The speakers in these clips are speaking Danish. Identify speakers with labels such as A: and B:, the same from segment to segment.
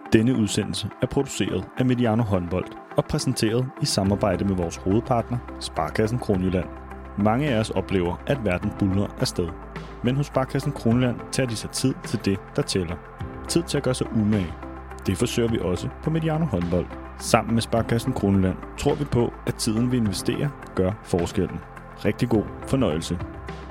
A: Denne udsendelse er produceret af Mediano Håndbold og præsenteret i samarbejde med vores hovedpartner, Sparekassen Kronjylland. Mange af os oplever, at verden buldrer afsted. Men hos Sparekassen Kronjylland tager de sig tid til det, der tæller. Tid til at gøre sig umage. Det forsøger vi også på Mediano Håndbold. Sammen med Sparekassen Kronjylland tror vi på, at tiden vi investerer gør forskellen. Rigtig god fornøjelse.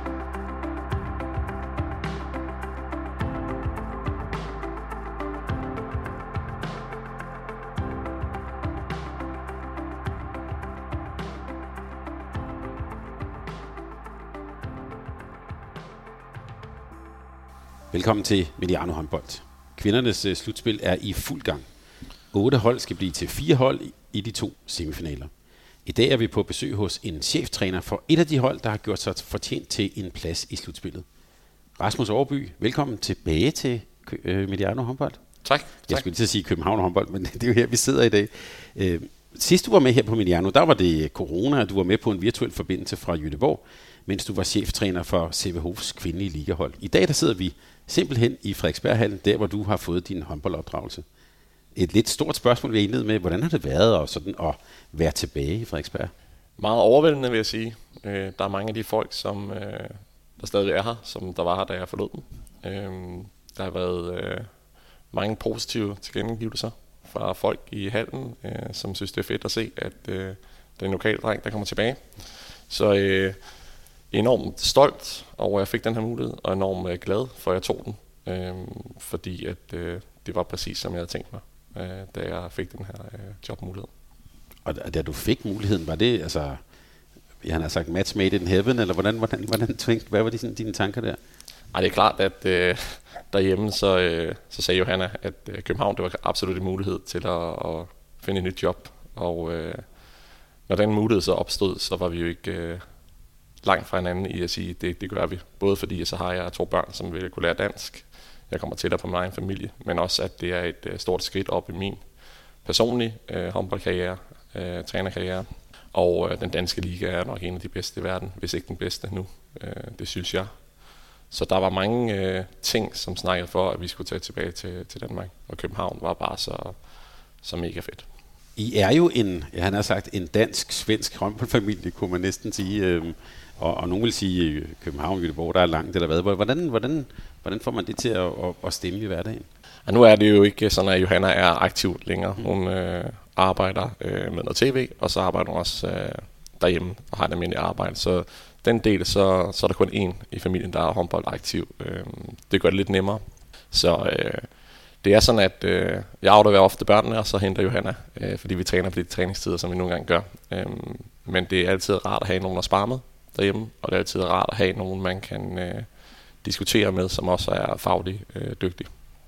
B: Velkommen til Mediano Håndbold. Kvindernes slutspil er i fuld gang. 8 hold skal blive til 4 hold i de 2 semifinaler. I dag er vi på besøg hos en cheftræner for et af de hold, der har gjort sig fortjent til en plads i slutspillet. Rasmus Overby, velkommen tilbage til Mediano Håndbold.
C: Tak.
B: Jeg skulle lige til at sige København Håndbold, men det er jo her, vi sidder i dag. Sidst du var med her på Mediano, der var det corona, og du var med på en virtuel forbindelse fra Göteborg, mens du var cheftræner for CVH's kvindelige ligahold. I dag der sidder vi simpelthen i Frederiksberghallen, der hvor du har fået din håndboldopdragelse. Et lidt stort spørgsmål, vi har indledt med. Hvordan har det været at være tilbage i Frederiksberg?
C: Meget overvældende, vil jeg sige. Der er mange af de folk, som der stadig er her, som der var her, da jeg forlod dem. Der har været mange positive tilkendegivelser fra folk i hallen, som synes, det er fedt at se, at det er en lokal dreng, der kommer tilbage. Så enormt stolt over, at jeg fik den her mulighed, og enormt glad for, at jeg tog den. Fordi at det var præcis, som jeg havde tænkt mig, da jeg fik den her jobmulighed.
B: Og da du fik muligheden, var det, altså, han har sagt match made in heaven, eller hvordan tænkte, hvad var dine tanker der?
C: Ej, det er klart, at derhjemme, så sagde Johanna, at København, det var absolut en mulighed til at finde et nyt job. Og når den mulighed så opstod, så var vi jo ikke langt fra hinanden i at sige, det gør vi. Både fordi, så har jeg 2 børn, som vil kunne lære dansk. Jeg kommer tættere på min egen familie, men også, at det er et stort skridt op i min personlige håndboldkarriere, trænerkarriere. Og den danske liga er nok en af de bedste i verden, hvis ikke den bedste nu. Det synes jeg. Så der var mange ting, som snakkede for, at vi skulle tage tilbage til Danmark. Og København var bare så mega fedt.
B: I er jo han har sagt, en dansk-svensk håndboldfamilie, kunne man næsten sige. Og nogen vil sige, København, Göteborg, der er langt eller hvad. Hvordan får man det til at stemme i hverdagen?
C: Og nu er det jo ikke sådan, at Johanna er aktiv længere. Hun arbejder med noget tv, og så arbejder hun også derhjemme og har et almindeligt arbejde. Så den del, så er der kun én i familien, der er håndboldaktiv. Det gør det lidt nemmere. Så det er sådan, at jeg afleverer ofte børnene, og så henter Johanna, fordi vi træner på de træningstider, som vi nogle gange gør. Men det er altid rart at have nogen at spare med derhjemme, og det er altid rart at have nogen, man kan diskutere med, som også er fagligt dygtig.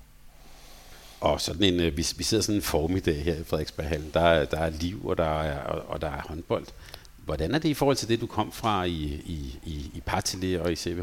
B: Og sådan vi sidder sådan en formiddag her i Frederiksberghallen. Der er liv, og der er håndbold. Hvordan er det i forhold til det, du kom fra i Partille og i CVH?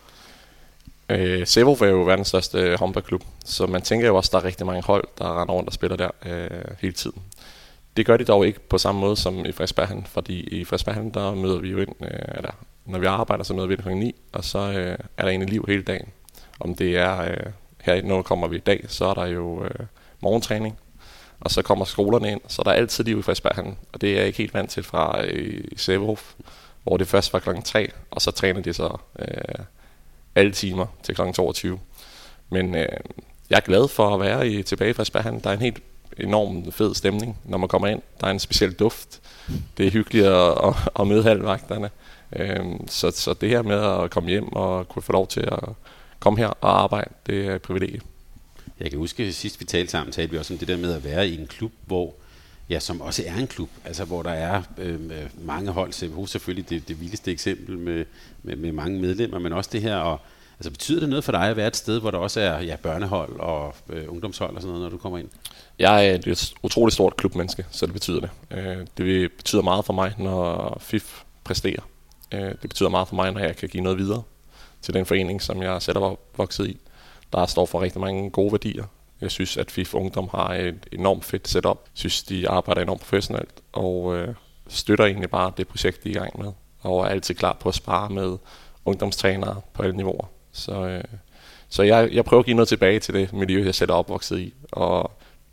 C: CVH er jo verdens største håndboldklub, så man tænker jo også, at der er rigtig mange hold, der render rundt og spiller der hele tiden. Det gør de dog ikke på samme måde som i Frederiksberghallen, fordi i Frederiksberghallen, der møder vi jo ind, når vi arbejder, så møder vi ind kl. 9, og så er der egentlig liv hele dagen. Om det er, her når kommer vi i dag, så er der jo morgentræning, og så kommer skolerne ind, så der er altid liv i Frederiksberghallen, og det er jeg ikke helt vant til fra i CVH, hvor det først var kl. 3, og så træner de så alle timer til kl. 22. Men jeg er glad for at være tilbage i Frederiksberghallen. Der er en helt enorm fed stemning, når man kommer ind. Der er en speciel duft. Det er hyggeligt at møde halvvagterne. Så det her med at komme hjem og kunne få lov til at komme her og arbejde, det er et privilegie.
B: Jeg kan huske, at sidst vi talte vi også om det der med at være i en klub, som også er en klub, altså hvor der er mange hold. CVH selvfølgelig det vildeste eksempel med mange medlemmer, men også det her. Og, altså betyder det noget for dig at være et sted, hvor der også er børnehold og ungdomshold og sådan noget, når du kommer ind?
C: Jeg er et utroligt stort klubmenneske, så det betyder det. Det betyder meget for mig, når FIF præsterer. Det betyder meget for mig, når jeg kan give noget videre til den forening, som jeg selv er vokset i. Der står for rigtig mange gode værdier. Jeg synes, at FIF Ungdom har et enormt fedt setup. Jeg synes, de arbejder enormt professionelt og støtter egentlig bare det projekt, de er i gang med. Og er altid klar på at spare med ungdomstrænere på alle niveauer. Så jeg prøver at give noget tilbage til det miljø, jeg selv er opvokset i. Og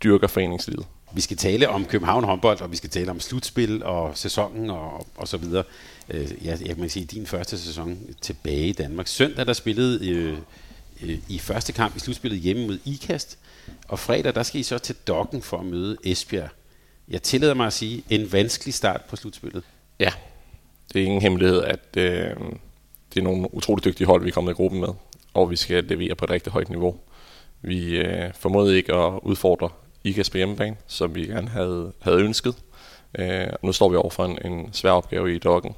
C: dyrker foreningslivet.
B: Vi skal tale om København håndbold, og vi skal tale om slutspil og sæsonen og så videre. Jeg kan sige, din første sæson tilbage i Danmark. Søndag, der spillede i første kamp i slutspillet hjemme mod IKAST, og fredag, der skal I så til Dokk1 for at møde Esbjerg. Jeg tillader mig at sige, en vanskelig start på slutspillet.
C: Ja, det er ingen hemmelighed, at det er nogle utroligt dygtige hold, vi er kommet i gruppen med, og vi skal levere på et rigtig højt niveau. Vi formåede ikke at udfordre IKAST på hjemmebane, som vi gerne havde ønsket. Nu står vi over for en svær opgave i Dokk1.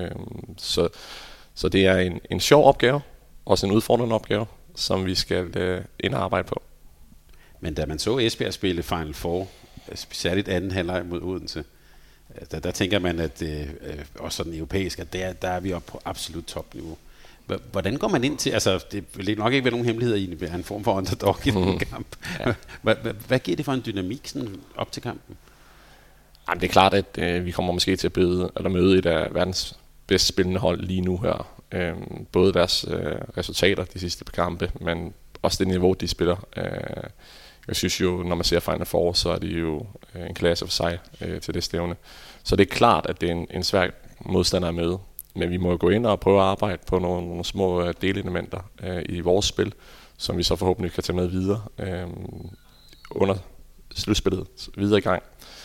C: Så det er en sjov opgave, også en udfordrende opgave, som vi skal ind og arbejde på.
B: Men da man så Esbjerg spille Final Four, særligt anden halvleg mod Odense, der tænker man, at også sådan europæisk, at der er vi oppe på absolut topniveau. Hvordan går man ind til, altså det vil nok ikke være nogen hemmeligheder i en form for underdog i den kamp. Ja. Hvad giver det for en dynamik sådan op til kampen?
C: Jamen, det er klart, at vi kommer måske til at møde et af verdens bedst spillende hold lige nu her. Både deres resultater de sidste par kampe, men også det niveau, de spiller. Jeg synes jo, når man ser Final Four, så er de jo en klasse for sig til det stævne. Så det er klart, at det er en svær modstander at møde. Men vi må jo gå ind og prøve at arbejde på nogle små delelementer i vores spil, som vi så forhåbentlig kan tage med videre under slutspillet videre i gang.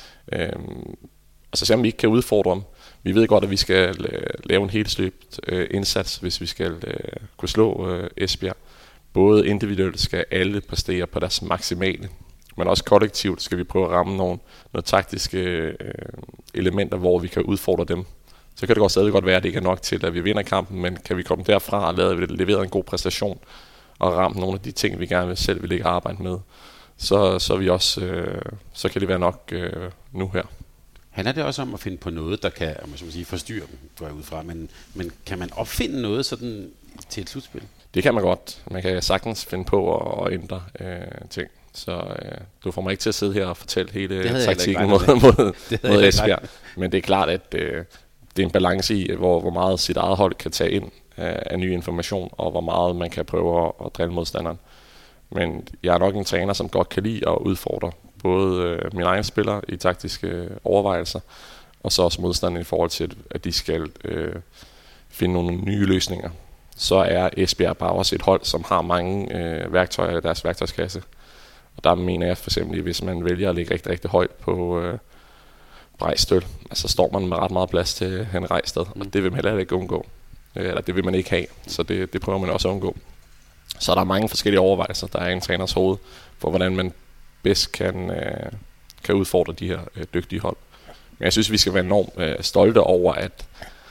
C: Og så selvom vi ikke kan udfordre dem, vi ved godt, at vi skal lave en helt sløbt indsats, hvis vi skal kunne slå Esbjerg. Både individuelt skal alle præstere på deres maksimale, men også kollektivt skal vi prøve at ramme nogle taktiske elementer, hvor vi kan udfordre dem. Så kan det stadig godt være, at det ikke er nok til, at vi vinder kampen, men kan vi komme derfra og levere en god præstation og ramme nogle af de ting, vi gerne selv vil ikke arbejde med, så vi også, så kan det være nok nu her.
B: Handler det også om at finde på noget, der kan forstyrre dem, går jeg ud fra, men kan man opfinde noget sådan til et slutspil?
C: Det kan man godt. Man kan sagtens finde på at ændre ting. Så du får mig ikke til at sidde her og fortælle hele taktikken mod Esbjerg. Men det er klart, at det er en balance i, hvor meget sit eget hold kan tage ind af ny information, og hvor meget man kan prøve at drille modstanderen. Men jeg er nok en træner, som godt kan lide at udfordre både mine egne spillere i taktiske overvejelser, og så også modstanderen i forhold til, at de skal finde nogle nye løsninger. Så er Esbjerg bare også et hold, som har mange værktøjer i deres værktøjskasse. Og der mener jeg for eksempel, hvis man vælger at ligge rigtig, rigtig højt på Brejstøl, så står man med ret meget plads til Henrik Rejstad, og det vil man heller ikke undgå. Eller det vil man ikke have, så det prøver man også at undgå. Så der er mange forskellige overvejelser, der er i en træners hoved, for hvordan man bedst kan udfordre de her dygtige hold. Men jeg synes, vi skal være enormt stolte over, at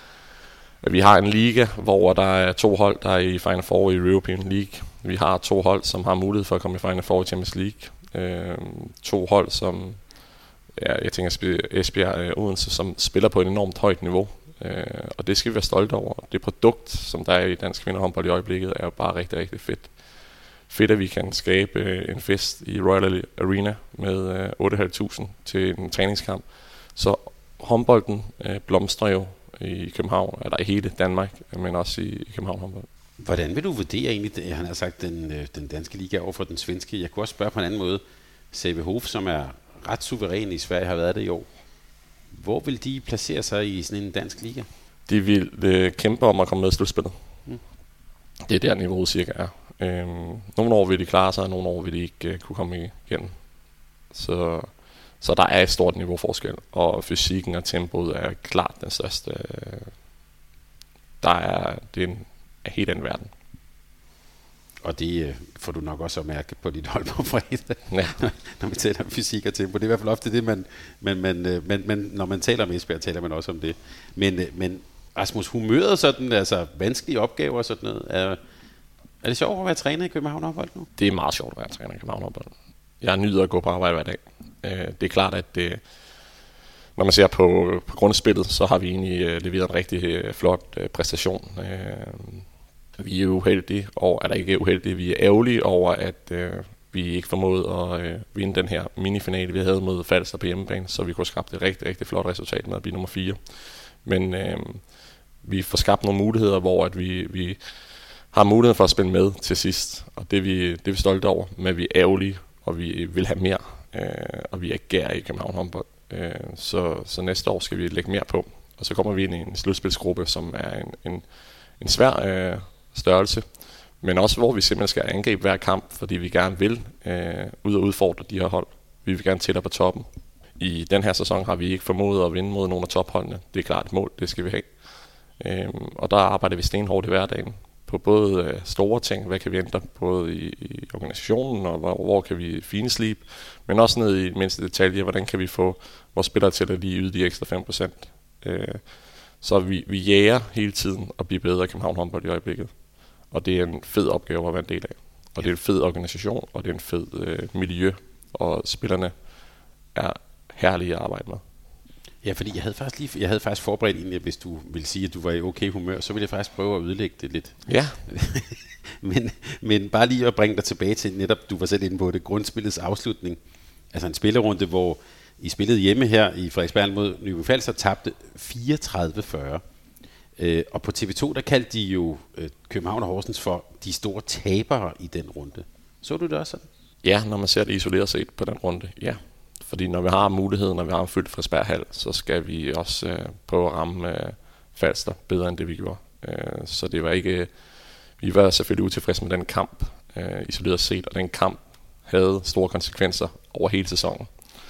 C: vi har en liga, hvor der er 2 hold, der er i Final Four i European League. Vi har 2 hold, som har mulighed for at komme i Final Four i Champions League. 2 hold, som jeg tænker Esbjerg og Odense, som spiller på et enormt højt niveau. Og det skal vi være stolte over. Det produkt, som der er i dansk kvindehåndbold i øjeblikket, er jo bare rigtig, rigtig fedt. Fedt, at vi kan skabe en fest i Royal Arena med 8.500 til en træningskamp. Så håndbolden blomstrer jo i København, eller i hele Danmark, men også i København håndbold.
B: Hvordan vil du vurdere egentlig, han har sagt, den danske liga over for den svenske? Jeg kunne også spørge på en anden måde. Sävehof, som er ret suveræn i Sverige, har været det i år. Hvor vil de placere sig i sådan en dansk liga?
C: De vil kæmpe om at komme med i slutspillet. Det er der niveauet cirka er. Nogle år vil de klare sig, og nogle år vil de ikke kunne komme igennem. Så der er et stort niveauforskel, og fysikken og tempoet er klart den største. Det er en helt anden verden. Og
B: det får du nok også at mærke på dit hold på fredag, når vi taler om fysik og tempo. Det er i hvert fald ofte det, men når man taler om Esbjerg, taler man også om det. Men Rasmus, humøret sådan, altså vanskelige opgaver og sådan noget, er det sjovt at være træner i København håndbold nu?
C: Det er meget sjovt at være træner i København håndbold. Jeg nyder at gå på arbejde hver dag. Det er klart, at når man ser på grundspillet, så har vi egentlig leveret en rigtig flot præstation. Vi er uheldige, vi er ærgerlige over, at vi ikke formåede at vinde den her minifinale, vi havde mod Falster på hjemmebane, så vi kunne skabe et rigtig, rigtig flot resultat med at blive nummer 4. Men vi får skabt nogle muligheder, hvor at vi har muligheden for at spille med til sidst, og det er vi stolte over, men vi er ærgerlige, og vi vil have mere. og vi er gær i København håndbold. Så næste år skal vi lægge mere på. Og så kommer vi ind i en slutspilsgruppe, som er en svær størrelse, men også hvor vi simpelthen skal angribe hver kamp, fordi vi gerne vil ud og udfordre de her hold. Vi vil gerne tættere på toppen. I den her sæson har vi ikke formået at vinde mod nogle af topholdene. Det er klart et mål, det skal vi have. Og der arbejder vi stenhårdt i hverdagen på både store ting, hvad kan vi ændre, både i organisationen, og hvor kan vi finslibe, men også ned i mindste detaljer, hvordan kan vi få vores spillere til at lige yde de ekstra 5%. Så vi jager hele tiden at blive bedre i København håndbold i øjeblikket. Og det er en fed opgave at være en del af. Og det er en fed organisation, og det er en fed miljø, og spillerne er herlige at arbejde med.
B: Ja, fordi jeg havde faktisk forberedt egentlig, at hvis du ville sige, at du var i okay humør, så ville jeg faktisk prøve at udlægge det lidt.
C: Ja.
B: men bare lige at bringe dig tilbage til netop, du var selv inde på det, grundspillets afslutning. Altså en spillerunde, hvor I spillede hjemme her i Frederiksberg mod Nykøbing Falster, tabte 34-40. Og på TV2, der kaldte de jo København og Horsens for de store tabere i den runde. Så du det også sådan?
C: Ja, når man ser det isoleret set på den runde, ja. Fordi når vi har muligheden, når vi har fyldt Frederiksberg Hall, så skal vi også prøve at ramme Falster bedre end det vi gjorde. Så det var ikke... Vi var selvfølgelig utilfredse med den kamp, isoleret set, og den kamp havde store konsekvenser over hele sæsonen.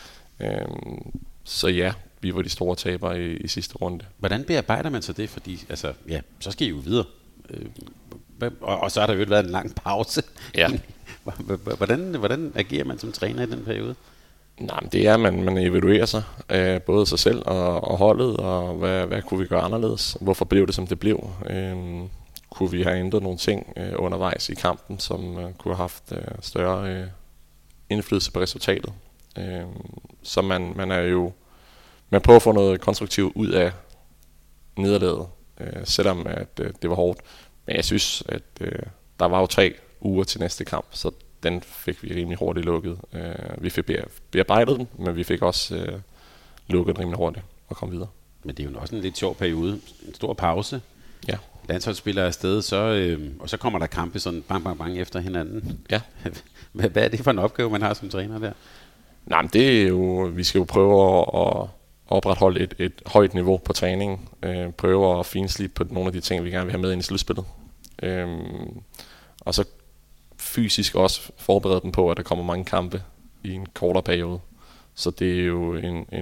C: Så ja, vi var de store tabere i sidste runde.
B: Hvordan bearbejder man så det? Fordi altså, ja, så skal I jo videre. Og så har der jo været en lang pause.
C: Ja.
B: Hvordan agerer man som træner i den periode?
C: Nej, men det er, at man evaluerer sig, både sig selv og holdet, og hvad kunne vi gøre anderledes? Hvorfor blev det, som det blev? Kunne vi have ændret nogle ting undervejs i kampen, som kunne have haft større indflydelse på resultatet? Så man er jo... Man prøver at få noget konstruktivt ud af nederlaget, selvom at det var hårdt. Men jeg synes, at der var jo 3 uger til næste kamp, så den fik vi rimelig hurtigt lukket. Vi fik bearbejdet den, men vi fik også lukket den rimelig hurtigt og kom videre.
B: Men det er jo også en lidt sjov periode. En stor pause.
C: Ja.
B: Landsholdsspillere er afsted, og så kommer der kampe sådan bang efter hinanden.
C: Ja.
B: Hvad er det for en opgave, man har som træner der?
C: Nej, men det er jo, vi skal jo prøve at opretholde et højt niveau på træningen. Prøve at finslibe på nogle af de ting, vi gerne vil have med ind i slutspillet. Og så fysisk også forberede dem på, at der kommer mange kampe i en kortere periode. Så det er jo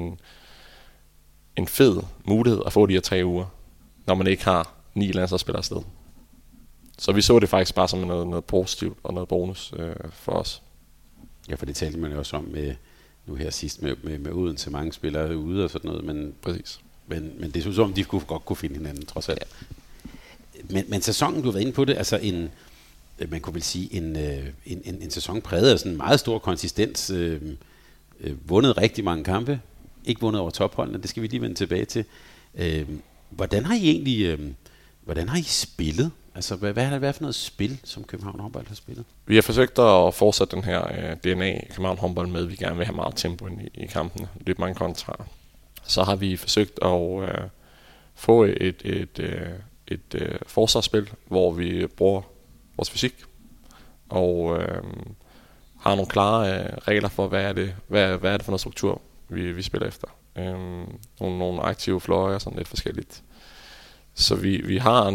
C: en fed mulighed at få de her 3 uger, når man ikke har 9 landsholdsspillere afsted. Så vi så det faktisk bare som noget positivt og noget bonus for os.
B: Ja, for det talte man jo også om nu her sidst med Odense, mange spillere ude og sådan noget. Men,
C: præcis.
B: Men det synes som, de godt kunne finde hinanden, trods alt. Ja. Men sæsonen, du har været inde på det, altså man kunne vel sige en sæson præget af sådan en meget stor konsistens, vundet rigtig mange kampe, ikke vundet over topholdene, det skal vi lige vende tilbage til. Hvordan har I spillet? Altså, hvad er det for noget spil, som København håndbold har spillet?
C: Vi har forsøgt at fortsætte den her DNA i København håndbold med, vi gerne vil have meget tempo i kampene, lidt mange kontraer. Så har vi forsøgt at få et forsvarsspil, hvor vi bruger vores fysik og har nogle klare regler for, hvad er det for noget struktur, vi spiller efter. Nogle aktive fløje og sådan lidt forskelligt. Så vi har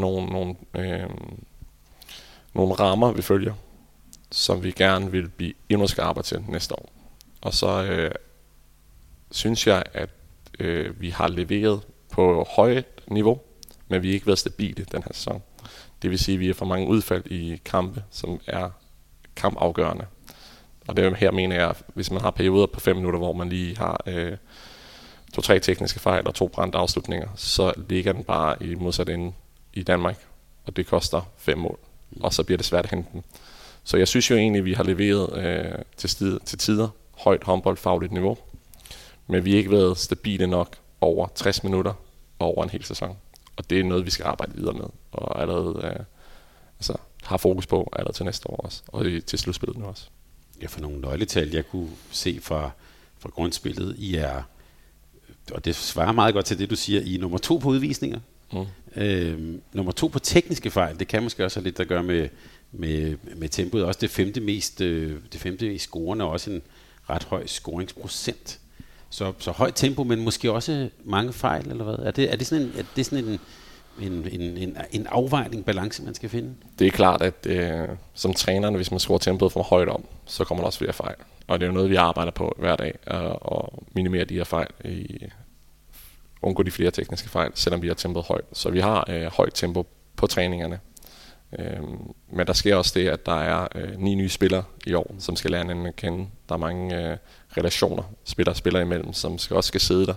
C: nogle rammer, vi følger, som vi gerne vil blive endnu skarpere til næste år. Og så synes jeg, at vi har leveret på højt niveau, men vi har ikke været stabile den her sæson. Det vil sige, at vi har for mange udfald i kampe, som er kampafgørende. Og det her mener jeg, hvis man har perioder på 5 minutter, hvor man lige har 2-3 tekniske fejl og 2 brændte afslutninger, så ligger den bare i modsat ende i Danmark, og det koster 5 mål, og så bliver det svært at hente den. Så jeg synes jo egentlig, at vi har leveret til tider højt håndboldfagligt niveau, men vi har ikke været stabile nok over 60 minutter over en hel sæson. Og det er noget, vi skal arbejde videre med, og allerede har fokus på allerede til næste år også, og til slutspillet nu også.
B: Ja, for nogle nøgletal, jeg kunne se fra grundspillet, I er, og det svarer meget godt til det, du siger, I er nummer 2 på udvisninger. Nummer 2 på tekniske fejl, det kan måske også have lidt at gøre med tempoet. Også det femte mest scorende, og også ret høj scoringsprocent. Så højt tempo, men måske også mange fejl, eller hvad? Er det sådan en afvejning, balance, man skal finde?
C: Det er klart, at som trænerne, hvis man skruer tempoet for højt om, så kommer der også flere fejl. Og det er jo noget, vi arbejder på hver dag, at minimere de her fejl, undgå de flere tekniske fejl, selvom vi har tempoet højt. Så vi har højt tempo på træningerne. Men der sker også det, at der er 9 nye spillere i år, som skal lære hinanden at kende. Der er mange relationer, spillere imellem, som også skal sidde der,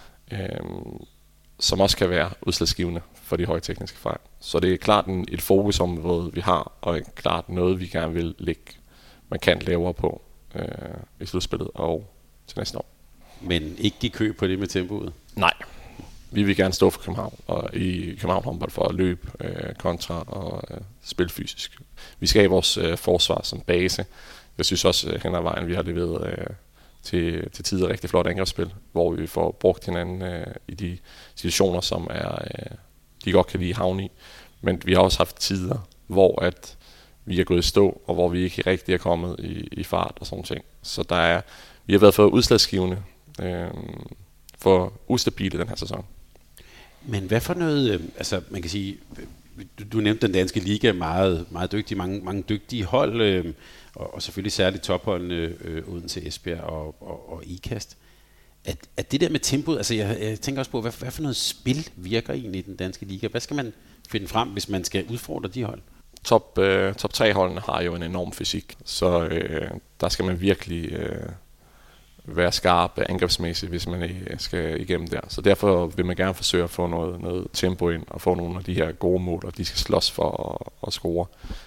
C: som også kan være udslagsgivende for de høje tekniske fejl. Så det er klart et fokusområde, vi har, og klart noget, vi gerne vil lægge markant lavere på i slutspillet og til næste år.
B: Men ikke give køb på det med tempoet?
C: Nej. Vi vil gerne stå for København, og i København håndbold for at løbe kontra og spille fysisk. Vi skal have vores forsvar som base. Jeg synes også hen ad vejen, vi har leveret til tider rigtig flot angrebsspil, hvor vi får brugt hinanden i de situationer, som de godt kan lide havne i. Men vi har også haft tider, hvor at vi er gået i stå, og hvor vi ikke rigtig er kommet i fart og sådan ting. Så vi har været for udslagsgivende, for ustabile den her sæson.
B: Men hvad for noget, altså man kan sige, du nævnte den danske liga, meget, meget dygtig, mange dygtige hold, og selvfølgelig særligt topholdene Odense, Esbjerg og Ikast. At det der med tempoet, altså jeg tænker også på, hvad for noget spil virker egentlig i den danske liga? Hvad skal man finde frem, hvis man skal udfordre de hold?
C: Top 3 holdene har jo en enorm fysik, så der skal man virkelig være skarp angrebsmæssigt, hvis man skal igennem der. Så derfor vil man gerne forsøge at få noget tempo ind, og få nogle af de her gode mål, og de skal slås for at score.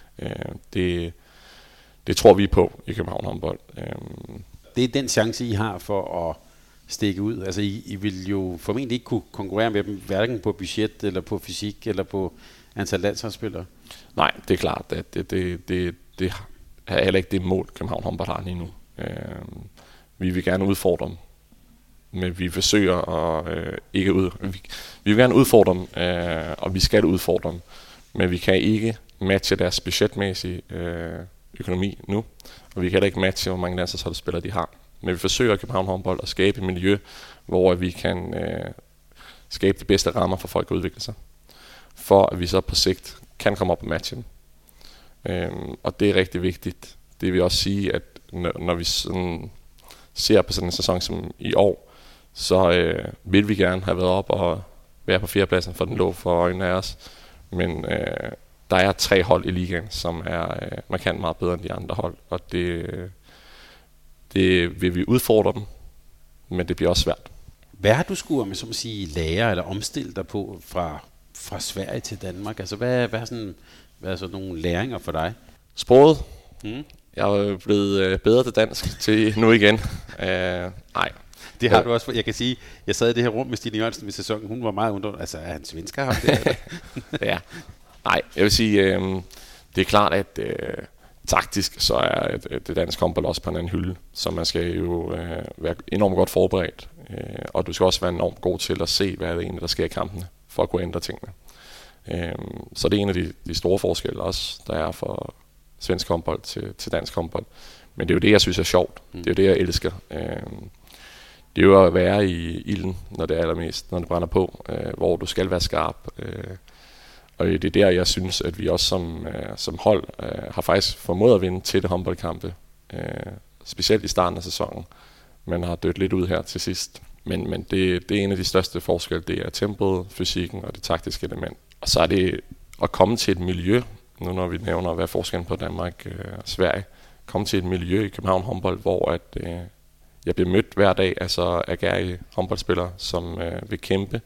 C: Det tror vi på i København håndbold.
B: Det er den chance, I har for at stikke ud. Altså I vil jo formentlig ikke kunne konkurrere med dem, hverken på budget, eller på fysik, eller på antal landsholdsspillere.
C: Nej, det er klart, at det er heller ikke det mål, København håndbold har lige nu. Vi vil gerne udfordre dem, men vi forsøger at ikke vi vil gerne udfordre dem, og vi skal udfordre dem, men vi kan ikke matche deres budgetmæssige økonomi nu, og vi kan heller ikke matche, hvor mange landsholdsspillere de har. Men vi forsøger i København håndbold at skabe et miljø, hvor vi kan skabe de bedste rammer for folk at udvikle sig, for at vi så på sigt kan komme op og matche dem. Og det er rigtig vigtigt. Det vil også sige, at når vi sådan ser på sådan en sæson som i år, så vil vi gerne have været op og være på fjerdepladsen, for den lå for øjnene af os. Men der er 3 hold i ligaen, som er markant meget bedre end de andre hold, og det vil vi udfordre dem, men det bliver også svært.
B: Hvad har du skulle med, som at sige, lære eller omstille dig på fra Sverige til Danmark? Altså hvad er sådan nogle læringer for dig?
C: Sproget. Jeg er blevet bedre til dansk til nu igen. Nej.
B: Det har du også. Jeg kan sige, jeg sad i det her rum med Stine Jørgensen ved sæsonen. Hun var meget undrende. Altså, er han svensker ham der?
C: Ja. Nej, jeg vil sige, det er klart, at taktisk så er det danske håndbold også på en anden hylde. Så man skal jo være enormt godt forberedt. Og du skal også være enormt god til at se, hvad det egentlig der sker i kampene, for at kunne ændre tingene. Så det er en af de store forskelle også, der er for svensk håndbold til dansk håndbold. Men det er jo det, jeg synes er sjovt. Det er jo det, jeg elsker. Det er jo at være i ilden, når det er allermest, når det brænder på, hvor du skal være skarp. Og det er der, jeg synes, at vi også som hold har faktisk formået at vinde tætte håndboldkampe. Specielt i starten af sæsonen. Man har dødt lidt ud her til sidst. Men det er en af de største forskelle. Det er tempoet, fysikken og det taktiske element. Og så er det at komme til et miljø, nu når vi nævner, hvad er forskellen på Danmark og Sverige, komme til et miljø i København håndbold, hvor at, jeg bliver mødt hver dag af så agerige håndboldspillere, som vil kæmpe,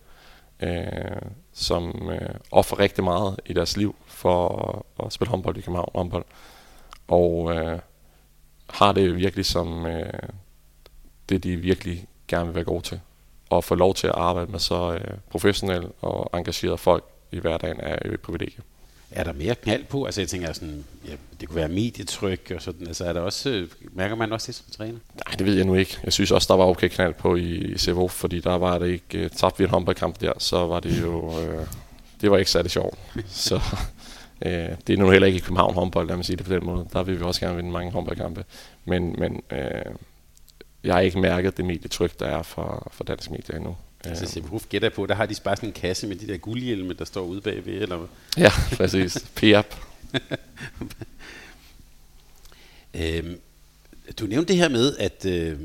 C: som offer rigtig meget i deres liv for at spille håndbold i København håndbold. Og har det virkelig som det, de virkelig gerne vil være gode til. Og få lov til at arbejde med så professionelle og engagerede folk i hverdagen er jo et privilegie.
B: Er der mere knald på? Altså jeg tænker sådan, ja, det kunne være medietryk og sådan. Altså er der også, mærker man også det som træner?
C: Nej, det ved jeg nu ikke. Jeg synes også, der var okay knald på i CVO, fordi der var det ikke, tabte vi en håndboldkamp der, så var det jo, det var ikke særlig sjovt. Så det er nu heller ikke i København håndbold, lad mig sige det på den måde. Der vil vi også gerne vinde mange håndboldkampe. Men jeg har ikke mærket det medietryk, der er for dansk medier endnu.
B: Altså CBHOF gætter på, der har de bare sådan en kasse med de der guldhjelme, der står ude bagved, eller hvad?
C: Ja, præcis. P-app.
B: Du nævnte det her med, at det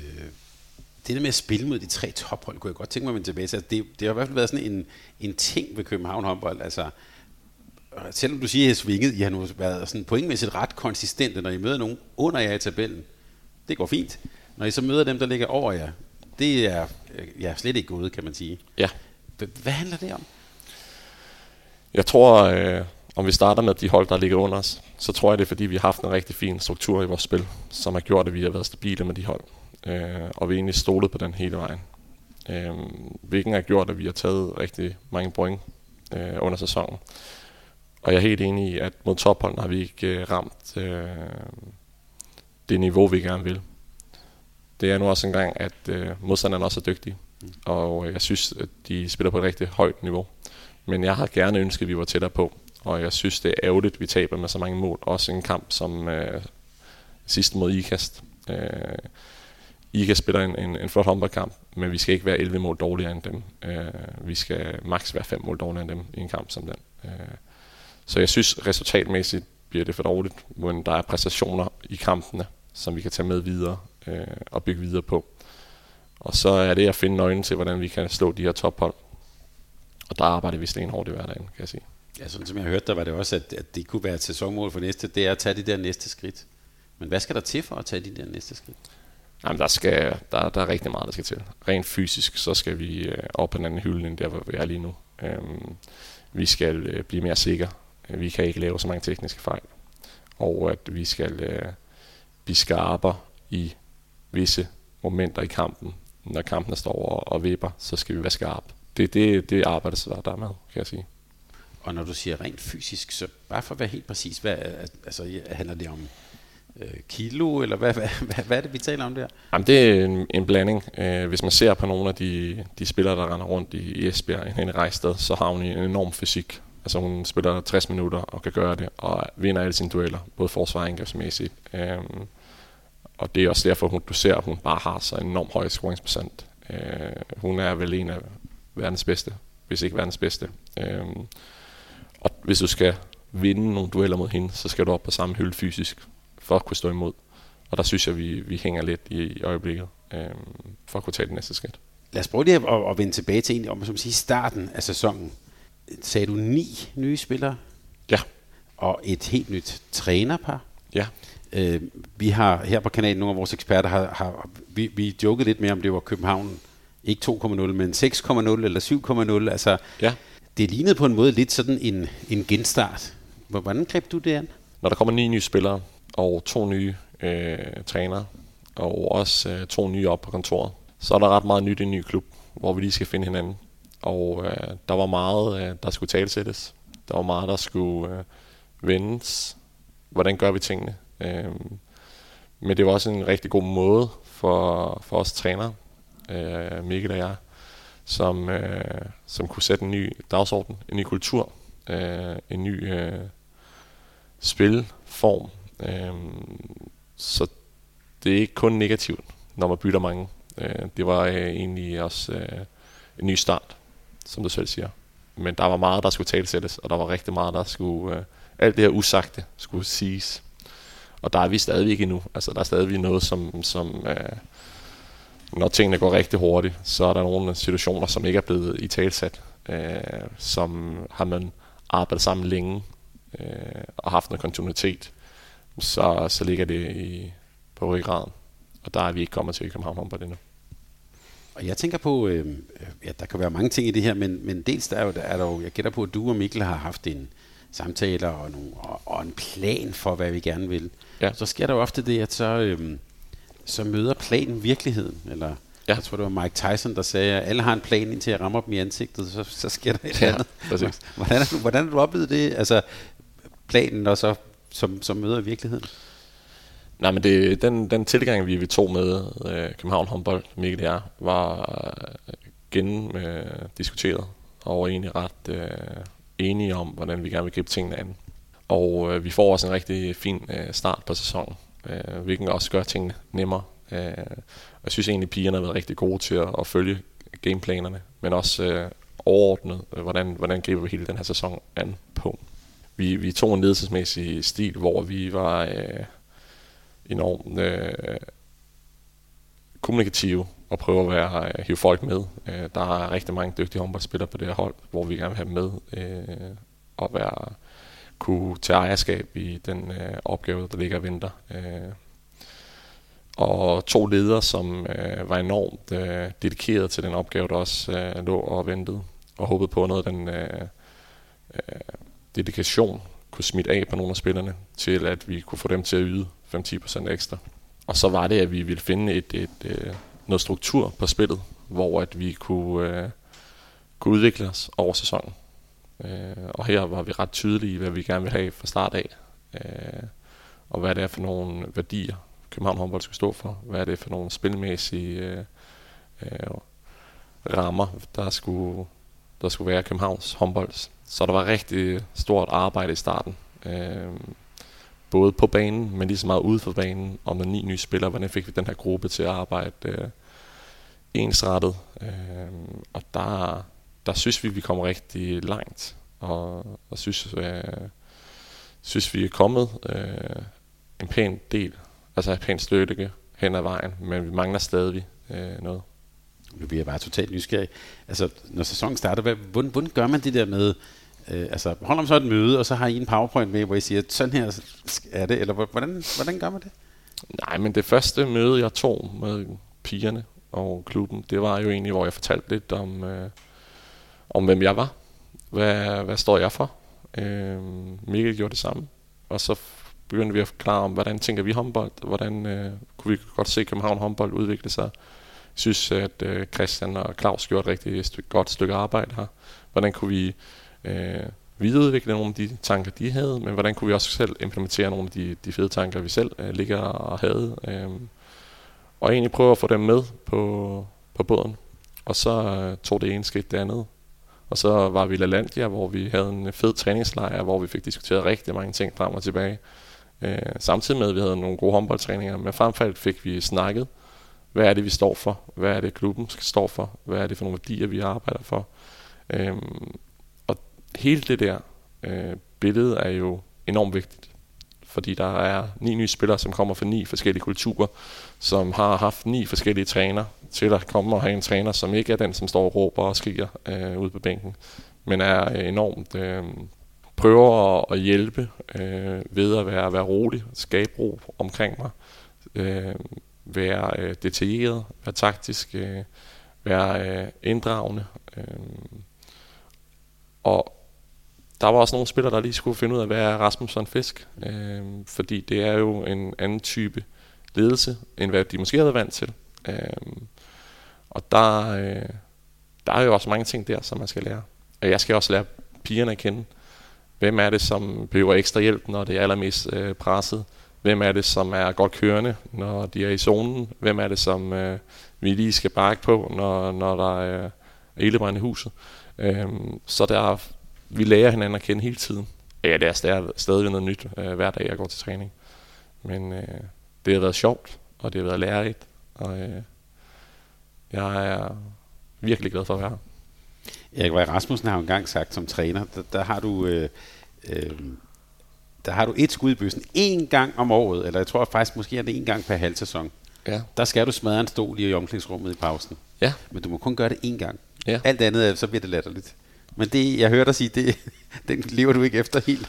B: der med at spille mod de 3 tophold, kunne jeg godt tænke mig at vende tilbage til. Altså, det har i hvert fald været sådan en ting ved København håndbold. Altså, selvom du siger, at I har svinget, I har nu været sådan pointmæssigt ret konsistente, når I møder nogen under jer i tabellen. Det går fint. Når I så møder dem, der ligger over jer, det er slet ikke gået, kan man sige.
C: Ja.
B: Hvad handler det om?
C: Jeg tror, om vi starter med de hold, der ligger under os, så tror jeg, det er fordi, vi har haft en rigtig fin struktur i vores spil, som har gjort, at vi har været stabile med de hold. Og vi er egentlig stolet på den hele vejen. Hvilken har gjort, at vi har taget rigtig mange point under sæsonen. Og jeg er helt enig i, at mod topholden har vi ikke ramt det niveau, vi gerne vil. Det er nu også engang, at modstanderne også er dygtige. Og jeg synes, at de spiller på et rigtig højt niveau. Men jeg har gerne ønsket, at vi var tættere på. Og jeg synes, det er ærgerligt, at vi taber med så mange mål. Også en kamp som sidst mod IKAST. IKAST spiller en flot håndboldkamp, men vi skal ikke være 11 mål dårligere end dem. Vi skal maks være 5 mål dårligere end dem i en kamp som den. Så jeg synes, resultatmæssigt bliver det for dårligt, men der er præstationer i kampene, som vi kan tage med videre og bygge videre på. Og så er det at finde nøglen til, hvordan vi kan slå de her tophold. Og der arbejder vi stenhårdt i hverdagen, kan jeg sige. Ja,
B: sådan som jeg hørte, der var det også, at det kunne være et sæsonmål for næste, det er at tage de der næste skridt. Men hvad skal der til for at tage de der næste skridt?
C: Jamen, der er rigtig meget, der skal til. Rent fysisk, så skal vi op på den anden hylde, end der, hvor vi er lige nu. Vi skal blive mere sikre. Vi kan ikke lave så mange tekniske fejl. Og at vi skal blive skarpere i visse momenter i kampen. Når kampen står og vipper, så skal vi være skarpe. Det arbejder så der med, kan jeg sige.
B: Og når du siger rent fysisk, så bare for at være helt præcis, handler det om kilo, eller hvad er det, vi taler om der?
C: Jamen, det er en blanding. Hvis man ser på nogle af de spillere, der render rundt i Esbjerg, Henrik Rejstad, så har hun en enorm fysik. Altså hun spiller 60 minutter og kan gøre det, og vinder alle sine dueller, både forsvar og angrebsmæssigt. Og det er også derfor, du ser, at hun bare har så en enorm høj scoringsprocent. Hun er vel en af verdens bedste, hvis ikke verdens bedste. Og hvis du skal vinde nogle dueller mod hende, så skal du op på samme hylde fysisk, for at kunne stå imod. Og der synes jeg, vi hænger lidt i øjeblikket, for at kunne tage det næste skridt.
B: Lad os prøve lige at vende tilbage til egentlig om, som siger, starten af sæsonen. Sagde du 9 nye spillere?
C: Ja.
B: Og et helt nyt trænerpar?
C: Ja.
B: Vi har her på kanalen, nogle af vores eksperter, vi joket lidt med, om det var København, ikke 2,0, men 6,0 eller 7,0. Altså,
C: ja.
B: Det lignede på en måde lidt sådan en genstart. Hvordan greb du det an?
C: Når der kommer 9 nye spillere, og 2 nye trænere, og også 2 nye op på kontoret, så er der ret meget nyt i en ny klub, hvor vi lige skal finde hinanden. Og der var meget, der skulle talsættes. Der var meget, der skulle vendes. Hvordan gør vi tingene? Men det var også en rigtig god måde for os trænere, Mikkel og jeg, som kunne sætte en ny dagsorden, en ny kultur, en ny spilform. Så det er ikke kun negativt, når man bytter mange. Det var egentlig også en ny start, som du selv siger. Men der var meget, der skulle talsættes, og der var rigtig meget, der skulle... alt det her usagte skulle siges. Og der er vi stadigvæk endnu. Altså, der er stadigvæk noget, som når tingene går rigtig hurtigt, så er der nogle situationer, som ikke er blevet i talsat, som har man arbejdet sammen længe og haft noget kontinuitet, så ligger det på ryggraden. Og der er vi ikke kommet til i København håndbold endnu.
B: Og jeg tænker på, der kan være mange ting i det her, men dels er der jo, jeg gætter på, at du og Mikkel har haft en samtaler og en plan for, hvad vi gerne vil. Ja. Så sker der jo ofte det, at så møder planen virkeligheden. Eller ja. Jeg tror, det var Mike Tyson, der sagde, at alle har en plan, indtil jeg rammer dem i ansigtet, så sker der et andet. Hvordan har du oplevet det? Altså planen og så som møder virkeligheden?
C: Nej, men den tilgang, vi tog med København håndbold, Mikkel og jeg, var diskuteret og var egentlig ret enige om, hvordan vi gerne vil gribe tingene an. Og vi får også en rigtig fin start på sæsonen, hvilken også gør tingene nemmere. Jeg synes egentlig, pigerne har været rigtig gode til at følge gameplanerne, men også overordnet, hvordan griber vi hele den her sæson an på. Vi tog en ledelsesmæssig stil, hvor vi var enormt kommunikative og prøve at hive folk med. Der er rigtig mange dygtige håndboldspillere på det her hold, hvor vi gerne vil have med og kunne tage ejerskab i den opgave, der ligger og venter. Og 2 ledere, som var enormt dedikeret til den opgave, der også lå og ventede, og håbede på, at noget af den dedikation kunne smitte af på nogle af spillerne, til at vi kunne få dem til at yde 5-10% ekstra. Og så var det, at vi ville finde noget struktur på spillet, hvor at vi kunne udvikle os over sæsonen. Og her var vi ret tydelige, hvad vi gerne ville have fra start af, og hvad det er for nogle værdier, København håndbold skulle stå for. Hvad er det for nogle spilmæssige rammer, der skulle være Københavns håndbold. Så der var rigtig stort arbejde i starten. Både på banen, men lige så meget ude for banen, og med 9 nye spillere, hvordan fik vi den her gruppe til at arbejde ensrettet. Og der synes vi kommer rigtig langt, og synes vi er kommet en pæn del, altså et pænt stykke hen ad vejen, men vi mangler stadig noget.
B: Nu bliver jeg bare totalt nysgerrig. Altså, når sæsonen starter, hvordan gør man det der med, altså holder man så et møde, og så har I en PowerPoint med, hvor I siger, sådan her er det, eller hvordan gør man det?
C: Nej, men det første møde, jeg tog med pigerne og klubben, det var jo egentlig, hvor jeg fortalte lidt om hvem jeg var. Hvad står jeg for? Mikkel gjorde det samme. Og så begyndte vi at forklare om, hvordan tænker vi håndbold, hvordan kunne vi godt se København håndbold udvikle sig. Jeg synes, at Christian og Claus gjorde et rigtig godt stykke arbejde her. Hvordan kunne vi videreudvikle nogle af de tanker, de havde, men hvordan kunne vi også selv implementere nogle af de fede tanker, vi selv ligger og havde. Og egentlig prøve at få dem med på båden. Og så tog det ene skridt det andet. Og så var vi i LaLandia, hvor vi havde en fed træningslejr, hvor vi fik diskuteret rigtig mange ting frem og tilbage. Samtidig med, at vi havde nogle gode håndboldtræninger, men fremfor fik vi snakket. Hvad er det, vi står for? Hvad er det, klubben skal stå for? Hvad er det for nogle værdier, vi arbejder for? Og hele det der billede er jo enormt vigtigt. Fordi der er 9 nye spillere, som kommer fra 9 forskellige kulturer, som har haft 9 forskellige træner, til at komme og have en træner, som ikke er den, som står og råber og skriger ude på bænken, men er enormt prøver at hjælpe ved at være rolig, skabe ro omkring mig, være detaljeret, være taktisk, være inddragende. Og der var også nogle spillere, der lige skulle finde ud af, hvad er Rasmussen Fisk, fordi det er jo en anden type ledelse, end hvad de måske havde vant til. Og der er jo også mange ting der, som man skal lære. Og jeg skal også lære pigerne at kende. Hvem er det, som behøver ekstra hjælp, når det er allermest presset? Hvem er det, som er godt kørende, når de er i zonen? Hvem er det, som vi lige skal bakke på, når der er ildebrand i huset? Så vi lærer hinanden at kende hele tiden. Ja, det er stadig noget nyt hver dag, jeg går til træning. Men det har været sjovt, og det har været lærerigt, og jeg er virkelig glad for at være her.
B: Erik Vej Rasmussen har jo engang sagt som træner, der har du et skud i bøssen 1 gang om året, eller jeg tror faktisk måske er det 1 gang per halv sæson.
C: Ja.
B: Der skal du smadre en stol i omklædningsrummet i pausen.
C: Ja.
B: Men du må kun gøre det 1 gang.
C: Ja.
B: Alt andet, så bliver det latterligt. Men det, jeg hørte dig sige, den lever du ikke efter helt.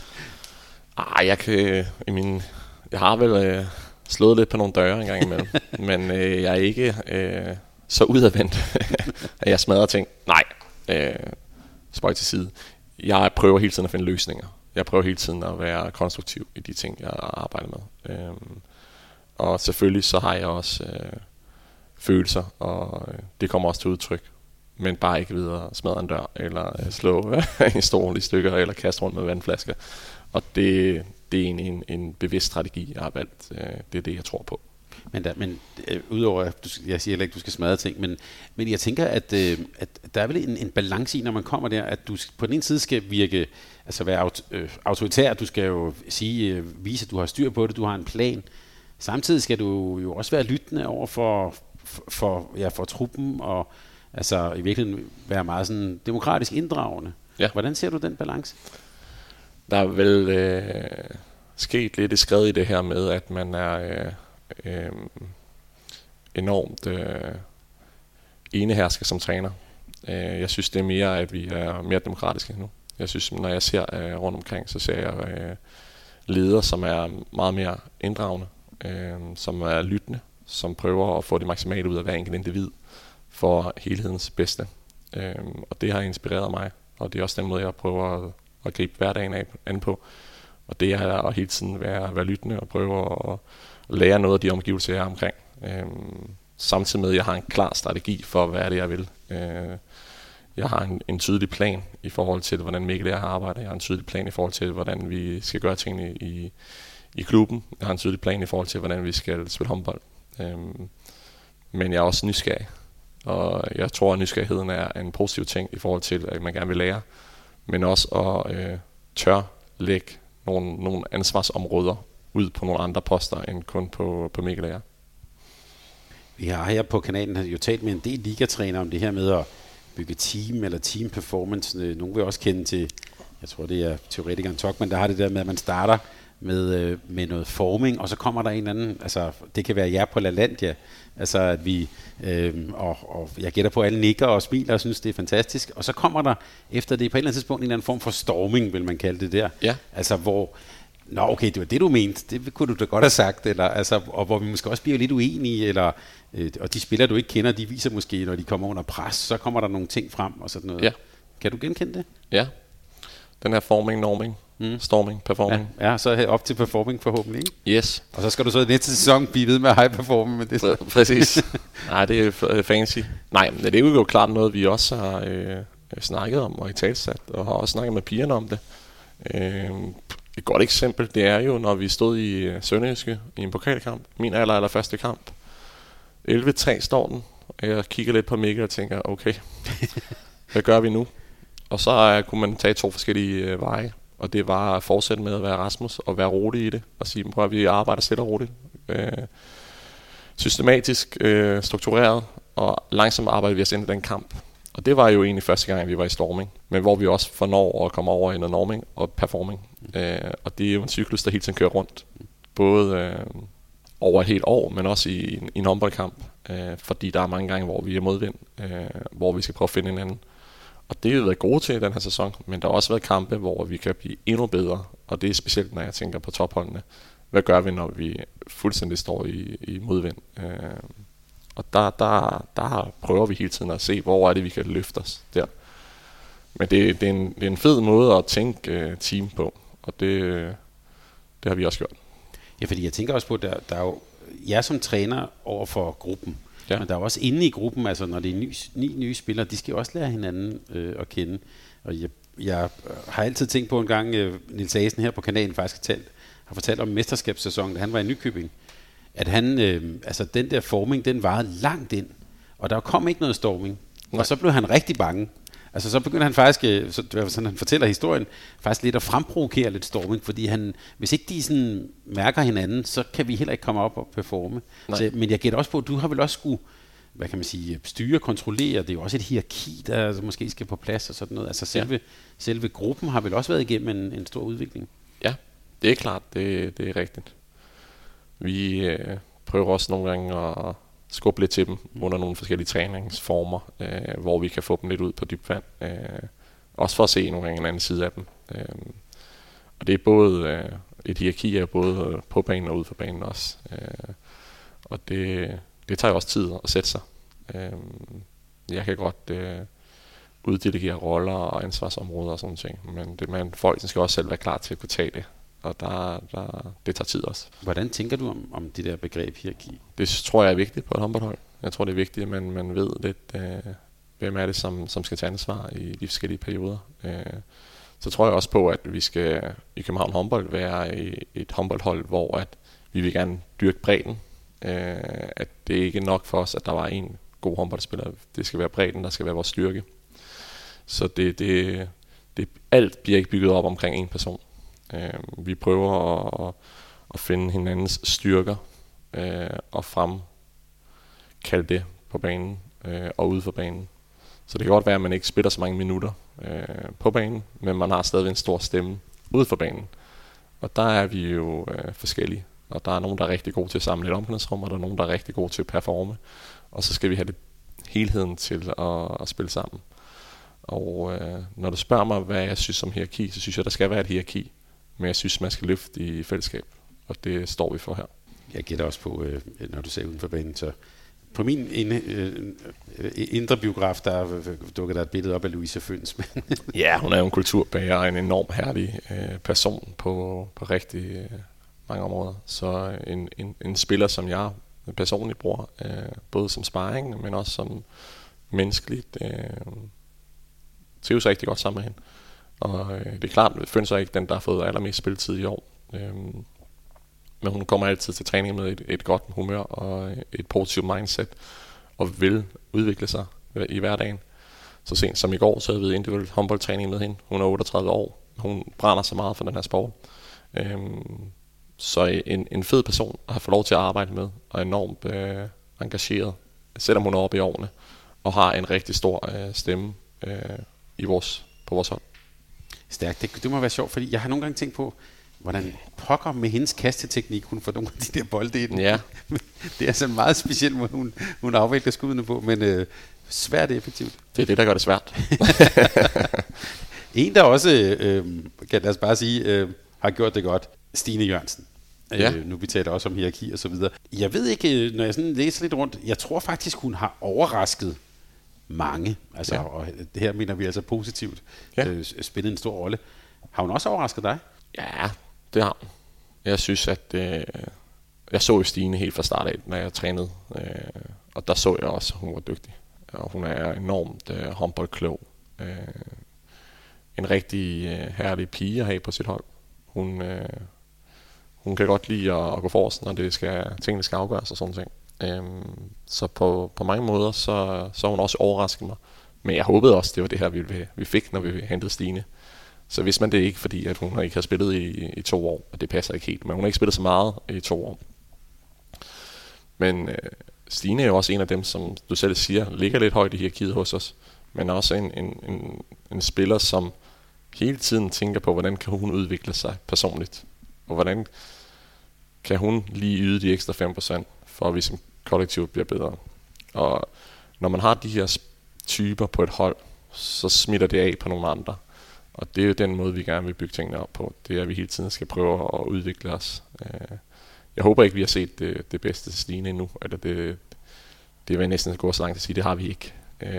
C: Jeg har vel slået lidt på nogle døre en gang imellem, men jeg er ikke så udadvendt, at jeg smadrer ting. Nej, spøj til side. Jeg prøver hele tiden at finde løsninger. Jeg prøver hele tiden at være konstruktiv i de ting, jeg arbejder med. Og selvfølgelig så har jeg også følelser, og det kommer også til udtryk. Men bare ikke videre smadre en dør, eller slå en stol i stykker, eller kaste rundt med vandflasker. Og det er egentlig en bevidst strategi, jeg har valgt. Det er det, jeg tror på.
B: Men udover, jeg siger ikke, at du skal smadre ting, men jeg tænker, at der er vel en balance i, når man kommer der, at du på den ene side skal virke, altså være autoritær, du skal jo vise, at du har styr på det, du har en plan, samtidig skal du jo også være lyttende over for truppen, og altså i virkeligheden være meget sådan demokratisk inddragende.
C: Ja.
B: Hvordan ser du den balance?
C: Der er vel sket lidt skred i det her med, at man er enormt enehersker som træner. Jeg synes, det er mere, at vi er mere demokratiske nu. Jeg synes, når jeg ser rundt omkring, så ser jeg ledere, som er meget mere inddragende, som er lyttende, som prøver at få det maksimale ud af hver enkelt individ for helhedens bedste. Og det har inspireret mig, og det er også den måde, jeg prøver at gribe hverdagen an på. Og det er at hele tiden være lyttende og prøve at lære noget af de omgivelser, jeg er omkring. Samtidig med, at jeg har en klar strategi for, hvad er det, jeg vil. Jeg har en tydelig plan i forhold til, hvordan Mikkel og jeg arbejder. Jeg har en tydelig plan i forhold til, hvordan vi skal gøre tingene i klubben. Jeg har en tydelig plan i forhold til, hvordan vi skal spille håndbold. Men jeg er også nysgerrig. Og jeg tror, at nysgerrigheden er en positiv ting i forhold til, at man gerne vil lære. Men også at tør lægge nogle ansvarsområder ud på nogle andre poster, end kun på Mikkel og jeg.
B: Vi har her på kanalen jo talt med en del ligatrænere om det her med at bygge team eller team performance. Nogle vil også kende til, jeg tror det er teoretikeren Tokman, der har det der med, at man starter med noget forming, og så kommer der en anden, altså det kan være jer på LaLandia, altså at vi, og jeg gætter på, at alle nikker og smiler og synes, det er fantastisk, og så kommer der efter det på et eller andet tidspunkt en eller anden form for storming, vil man kalde det der.
C: Ja.
B: Altså hvor, nå okay, det var det du mente, det kunne du da godt have sagt, eller, altså, og hvor vi måske også bliver lidt uenige, eller, og de spillere du ikke kender, de viser måske, når de kommer under pres, så kommer der nogle ting frem og sådan noget.
C: Ja.
B: Kan du genkende det?
C: Ja, den her forming, norming, storming, performing.
B: Ja, så op til performing forhåbentlig, ikke?
C: Yes.
B: Og så skal du så i næste sæson blive ved med high performing med det.
C: Præcis. Nej, det er fancy. Nej, men det er jo klart noget, vi også har snakket om og i talsat, og har også snakket med pigerne om det. Et godt eksempel, det er jo, når vi stod i Sønderjyske i en pokalkamp, min allerførste kamp. 11-3 står den, og jeg kigger lidt på Mikkel og tænker, okay, hvad gør vi nu? Og så kunne man tage 2 forskellige veje, og det var at fortsætte med at være Rasmus og være rolig i det, og sige, prøv at vi arbejder stille og roligt. Systematisk, struktureret, og langsomt arbejder vi os ind i den kamp. Og det var jo egentlig første gang, vi var i storming, men hvor vi også får at komme over i noget norming og performing. Og det er jo en cyklus, der hele tiden kører rundt, både over et helt år, men også i en håndboldkamp, fordi der er mange gange, hvor vi er modvind, hvor vi skal prøve at finde hinanden. Og det har vi været gode til i den her sæson, men der har også været kampe, hvor vi kan blive endnu bedre, og det er specielt, når jeg tænker på topholdene. Hvad gør vi, når vi fuldstændig står i modvind? Og der prøver vi hele tiden at se, hvor er det, vi kan løfte os der. Men det er en fed måde at tænke team på, og det har vi også gjort.
B: Ja, fordi jeg tænker også på, at der er jo jer som træner over for gruppen, ja. Men der er også inde i gruppen, altså når det er ni nye spillere, de skal jo også lære hinanden at kende. Og jeg har altid tænkt på en gang, Niels Asen her på kanalen faktisk har fortalt om mesterskabssæsonen, da han var i Nykøbing, at han, altså den der forming, den varede langt ind, og der kom ikke noget storming. Nej. Og så blev han rigtig bange. Altså så begynder han faktisk, sådan han fortæller historien, faktisk lidt at fremprovokere lidt storming, fordi hvis ikke de sådan mærker hinanden, så kan vi heller ikke komme op og performe. Så, men jeg gætter også på, at du har vel også skulle, hvad kan man sige, styre, kontrollere, det er jo også et hierarki, der måske skal på plads og sådan noget. Altså selve gruppen har vel også været igennem en stor udvikling.
C: Ja, det er klart, det er rigtigt. Vi prøver også nogle gange at skubbe lidt til dem under nogle forskellige træningsformer, hvor vi kan få dem lidt ud på dybt vand. Også for at se nogle gange en anden side af dem. Og det er både et hierarki er både på banen og ude for banen også. Og det tager jo også tid at sætte sig. Jeg kan godt uddelegere roller og ansvarsområder og sådan ting, men folk skal også selv være klar til at kunne tage det. Og det tager tid også. Hvordan
B: tænker du om det der begreb hierarki?
C: Det tror jeg er vigtigt på et håndboldhold. Jeg tror, det er vigtigt, at man ved lidt, hvem er det, som skal tage ansvar i de forskellige perioder. Så tror jeg også på, at vi skal i København håndbold være et håndboldhold, hvor at vi vil gerne dyrke bredden. At det ikke er nok for os, at der var en god håndboldspiller. Det skal være bredden, der skal være vores styrke. Så alt bliver ikke bygget op omkring en person. Vi prøver at finde hinandens styrker og fremkalde det på banen og ude for banen. Så det kan godt være, at man ikke spiller så mange minutter på banen, men man har stadig en stor stemme ude for banen. Og der er vi jo forskellige. Og der er nogen, der er rigtig gode til at samle et omklædningsrum, og der er nogen, der er rigtig gode til at performe. Og så skal vi have det helheden til at spille sammen. Og når du spørger mig, hvad jeg synes om hierarki, så synes jeg, der skal være et hierarki. Men jeg synes, man skal løfte i fællesskab. Og det står vi for her.
B: Jeg gætter også på, når du ser uden for banen, så på min indre biograf, der dukker der et billede op af Louise Føns.
C: Ja, hun er jo en kulturbærer og en enorm herlig person på rigtig mange områder. Så en spiller, som jeg personligt bruger, både som sparring, men også som menneskeligt, trives rigtig godt sammen med hende. Og det er klart, at Føns er ikke den, der har fået allermest spilletid i år. Men hun kommer altid til træning med et godt humør og et positivt mindset, og vil udvikle sig i hverdagen. Så sent som i går, så havde vi individuel håndboldtræning med hende. Hun er 38 år. Hun brænder så meget for den her sport. Så en fed person at have fået lov til at arbejde med, og enormt engageret, selvom hun er oppe i årene, og har en rigtig stor stemme på vores hold. Stærkt.
B: Det må være sjovt, fordi jeg har nogle gange tænkt på, hvordan pokker med hendes kasteteknik, hun får nogle af de der bolde i den.
C: Ja.
B: Det er altså en meget speciel måde, hun afvikler skuddene på, men svært effektivt.
C: Det er det, der gør det svært.
B: En, der også, kan lad os bare sige, har gjort det godt, Stine Jørgensen. Ja. Nu vi taler også om hierarki og så videre. Jeg ved ikke, når jeg sådan læser lidt rundt, jeg tror faktisk, hun har overrasket mange. Altså, og her mener vi altså positivt. Spillet en stor rolle. Har hun også overrasket dig?
C: Ja, det har hun. Jeg synes, at jeg så jo Stine helt fra start af, når jeg trænede. Og der så jeg også, at hun var dygtig. Og hun er enormt håndboldklog. En rigtig herlig pige at have på sit hold. Hun kan godt lide at gå forrest, når tingene skal afgøres og sådan ting. Så på mange måder, så hun også overrasket mig. Men jeg håbede også, det var det her, vi fik, når vi hentede Stine. Så vidste man det ikke, fordi at hun ikke har spillet i 2 år, og det passer ikke helt. Men hun har ikke spillet så meget i 2 år. Men Stine er jo også en af dem, som du selv siger, ligger lidt højt i hierarkiet hos os. Men også en spiller, som hele tiden tænker på, hvordan kan hun udvikle sig personligt. Og hvordan kan hun lige yde de ekstra 5%, for at vi som kollektiv bliver bedre. Og når man har de her typer på et hold, så smitter det af på nogle andre. Og det er jo den måde, vi gerne vil bygge tingene op på. Det er, at vi hele tiden skal prøve at udvikle os. Jeg håber ikke, vi har set det bedste til Stine endnu. Eller det vil næsten gå så langt at sige, det har vi ikke.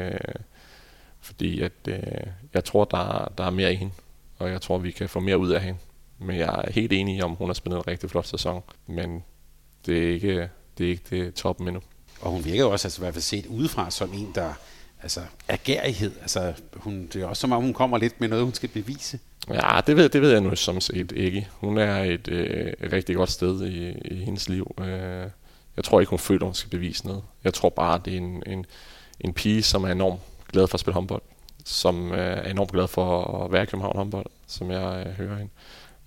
C: Fordi at, jeg tror, der er mere i hende. Og jeg tror, vi kan få mere ud af hende. Men jeg er helt enig i, om hun har spillet en rigtig flot sæson. Men det er ikke det toppen endnu.
B: Og hun virker jo også, altså i hvert fald set udefra, som en, der altså agerighed. Altså, det er også som om, hun kommer lidt med noget, hun skal bevise.
C: Ja, det ved jeg nu som set ikke. Hun er et rigtig godt sted i hendes liv. Jeg tror ikke, hun føler, hun skal bevise noget. Jeg tror bare, det er en pige, som er enormt glad for at spille håndbold. Som er enormt glad for at være i København håndbold, som jeg hører hende.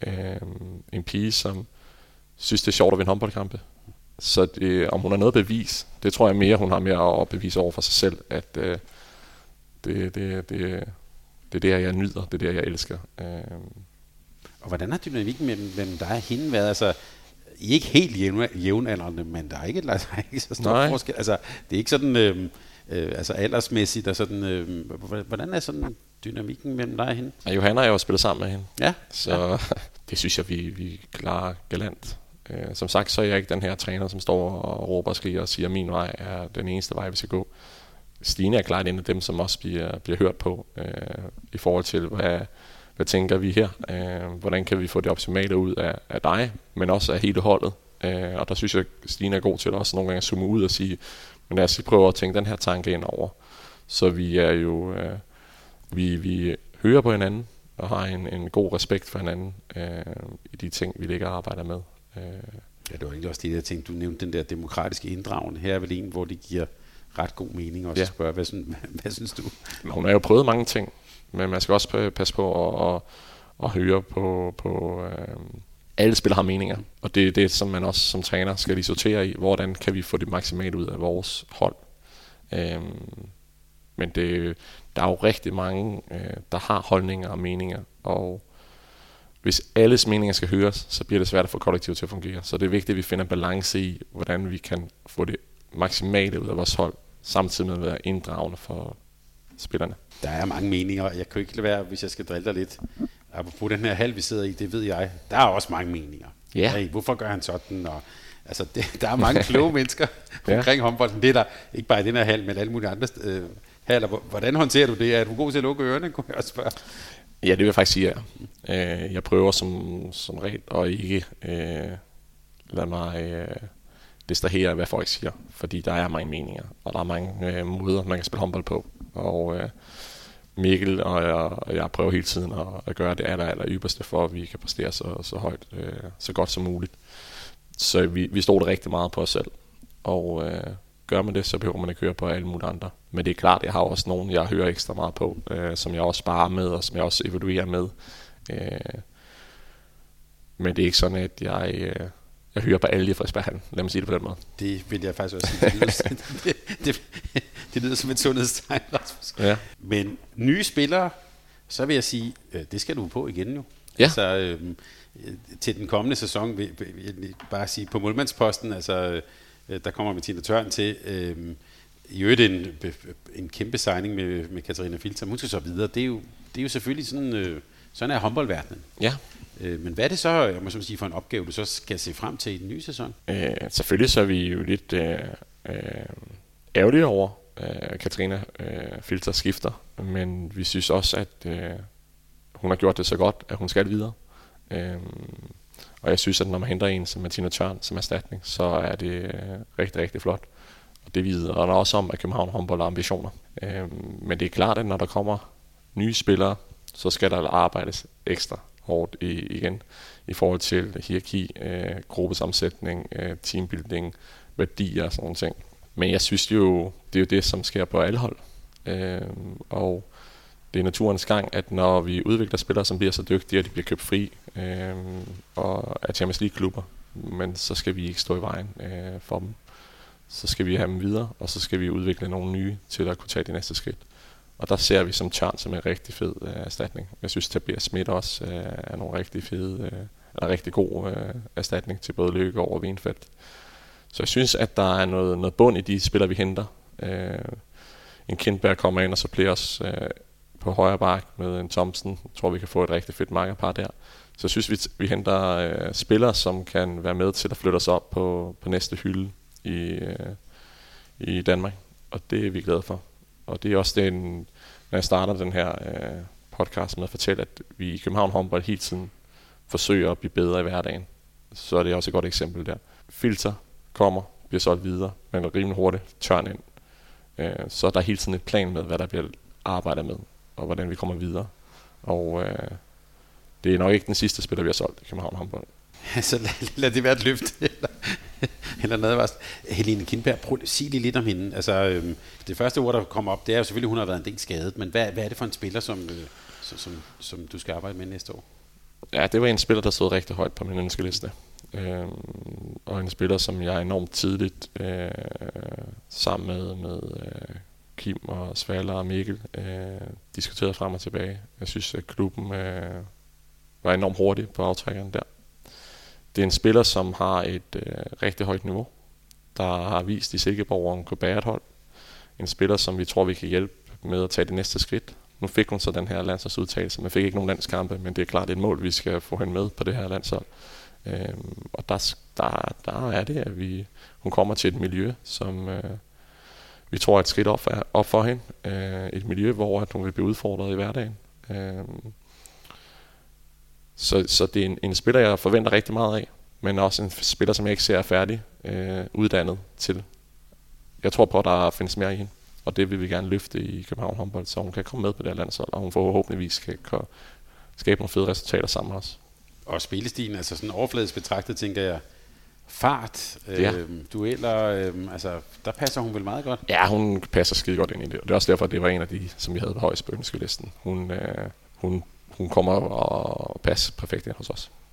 C: En pige, som synes, det er sjovt at vinde håndboldkampe. Så om hun har noget at bevise, det tror jeg mere, hun har mere at bevise over for sig selv, at det er det, jeg nyder, det er det, jeg elsker.
B: Og hvordan har dynamikken mellem dig og hende været? Altså, I er ikke helt jævnaldrende, men der er ikke så stor forskel. Altså, det er ikke sådan altså aldersmæssigt og sådan. Hvordan er sådan dynamikken mellem dig og hende?
C: Ja, Johanna har jo spillet sammen med hende.
B: Ja.
C: Så det synes jeg, vi klarer galant. Som sagt, så er jeg ikke den her træner, som står og råber og skriger og siger, at min vej er den eneste vej, vi skal gå. Stine er klart en af dem, som også bliver hørt på i forhold til, hvad tænker vi her? Hvordan kan vi få det optimale ud af dig, men også af hele holdet? Og der synes jeg, at Stine er god til også nogle gange at zoome ud og sige, men lad os lige prøve at tænke den her tanke ind over. Så vi er jo, vi hører på hinanden og har en god respekt for hinanden i de ting, vi ligger og arbejder med.
B: Ja, det var egentlig også det, jeg tænkte, du nævnte den der demokratiske inddragende. Her er vel en, hvor det giver ret god mening også at spørge, hvad synes du?
C: Hun har jo prøvet mange ting, men man skal også passe på at høre på alle spillere har meninger, og det er det, som man også som træner skal lige sortere i. Hvordan kan vi få det maksimalt ud af vores hold? Men der er jo rigtig mange, der har holdninger og meninger, og hvis alles meninger skal høres, så bliver det svært at få kollektivet til at fungere. Så det er vigtigt, at vi finder balance i, hvordan vi kan få det maksimale ud af vores hold, samtidig med at være inddragende for spillerne.
B: Der er mange meninger, jeg kan ikke lade være, hvis jeg skal drille dig lidt. Apropos den her hal, vi sidder i, det ved jeg. Der er også mange meninger.
C: Ja.
B: Hey, hvorfor gør han sådan? Og, altså, der er mange kloge mennesker omkring håndbolden. Det er der ikke bare i den her hal, men alle mulige andre haller. Hvordan håndterer du det? Er du god til at lukke ørerne, kunne jeg også spørge?
C: Ja, det vil jeg faktisk sige, ja. Jeg prøver som regel at ikke lade mig distrahere, hvad folk siger, fordi der er mange meninger, og der er mange måder, man kan spille håndbold på. Og Mikkel og jeg prøver hele tiden at gøre det aller ypperste for, at vi kan præstere så højt, så godt som muligt. Så vi stoler rigtig meget på os selv, og gør man det, så behøver man ikke høre på alle mulige andre. Men det er klart, jeg har også nogen, jeg hører ekstra meget på, som jeg også sparer med, og som jeg også evaluerer med. Men det er ikke sådan, at jeg hører på alle i Frederiksberg. Lad mig sige det på den måde.
B: Det vil jeg faktisk også sige. Det lyder som et sundhedstegn, Rasmus.
C: Ja.
B: Men nye spillere, så vil jeg sige, det skal du på igen jo.
C: Ja.
B: Altså, til den kommende sæson vil jeg bare sige, på målmandsposten, altså, der kommer Martina Tørn til. I øvrigt en kæmpe signing med Katarina Filter. Hun skal så videre. Det er jo selvfølgelig sådan er håndboldverdenen.
C: Ja.
B: Men hvad er det så, jeg må sige, for en opgave, du så skal se frem til i den nye sæson?
C: Selvfølgelig så er vi jo lidt ærgerlige over, Katarina Filter skifter, men vi synes også, at hun har gjort det så godt, at hun skal videre. Og jeg synes, at når man henter en som Martina Tørn som erstatning, så er det rigtig, rigtig flot. Og det videre også om, at København håndbold har ambitioner. Men det er klart, at når der kommer nye spillere, så skal der arbejdes ekstra hårdt igen i forhold til hierarki, gruppesammensætning, teambuilding, værdier og sådan nogle ting. Men jeg synes jo, det er jo det, som sker på alle hold. Og det er naturens gang, at når vi udvikler spillere, som bliver så dygtige, at de bliver købt fri og er Champions League-klubber, men så skal vi ikke stå i vejen for dem. Så skal vi have dem videre, og så skal vi udvikle nogle nye til at kunne tage de næste skridt. Og der ser vi som Tørn som en rigtig fed erstatning. Jeg synes, Tabea Schmidt også er nogle rigtig fede, eller rigtig god erstatning til både Løkkegaard og Wienfeldt. Så jeg synes, at der er noget bund i de spillere, vi henter. En Kindberg kommer ind og så bliver os på højre bak med en Thomsen. Jeg tror, vi kan få et rigtig fedt makkerpar der. Så jeg synes, vi henter spillere, som kan være med til at flytte os op på næste hylde i Danmark. Og det er vi glade for. Og det er også det, når jeg starter den her podcast med at fortælle, at vi i København håndbold hele tiden forsøger at blive bedre i hverdagen. Så er det også et godt eksempel der. Filter kommer, bliver solgt videre, men rimelig hurtigt Tørn ind. Så er der hele tiden et plan med, hvad der bliver arbejdet med, og hvordan vi kommer videre. Og det er nok ikke den sidste spiller, vi har solgt i København håndbold.
B: Så lad det være et løft. Eller noget. Helene Kindberg, prøv at sige lidt om hende. Altså, det første ord, der kommer op, det er jo selvfølgelig, hun har været en del skadet. Men hvad er det for en spiller, som du skal arbejde med næste år?
C: Ja, det var en spiller, der stod rigtig højt på min ønskeliste. Og en spiller, som jeg enormt tidligt sammen med Kim og Svaler og Mikkel diskuterede frem og tilbage. Jeg synes, at klubben var enormt hurtig på aftrækkeren der. Det er en spiller, som har et rigtig højt niveau, der har vist i Silkeborg, at hun kunne bære et hold. En spiller, som vi tror, vi kan hjælpe med at tage det næste skridt. Nu fik hun så den her landsholdsudtagelse. Man fik ikke nogen landskampe, men det er klart et mål, vi skal få hende med på det her landshold. Og der er det, at hun kommer til et miljø, som vi tror er et skridt op for hende. Et miljø, hvor hun vil blive udfordret i hverdagen. Så det er en spiller, jeg forventer rigtig meget af, men også en spiller, som jeg ikke ser er færdig uddannet til. Jeg tror på, at der findes mere i hende, og det vil vi gerne løfte i København håndbold, så hun kan komme med på det her landshold, og hun forhåbentligvis kan skabe nogle fede resultater sammen med os. Og
B: spillestilen, altså sådan overfladisk betragtet, tænker jeg, fart, dueller, altså der passer hun vel meget godt?
C: Ja, hun passer skide godt ind i det, og det er også derfor, at det var en af de, som vi havde på højst på ønskelisten. Hun kommer og passer perfekt ind hos os.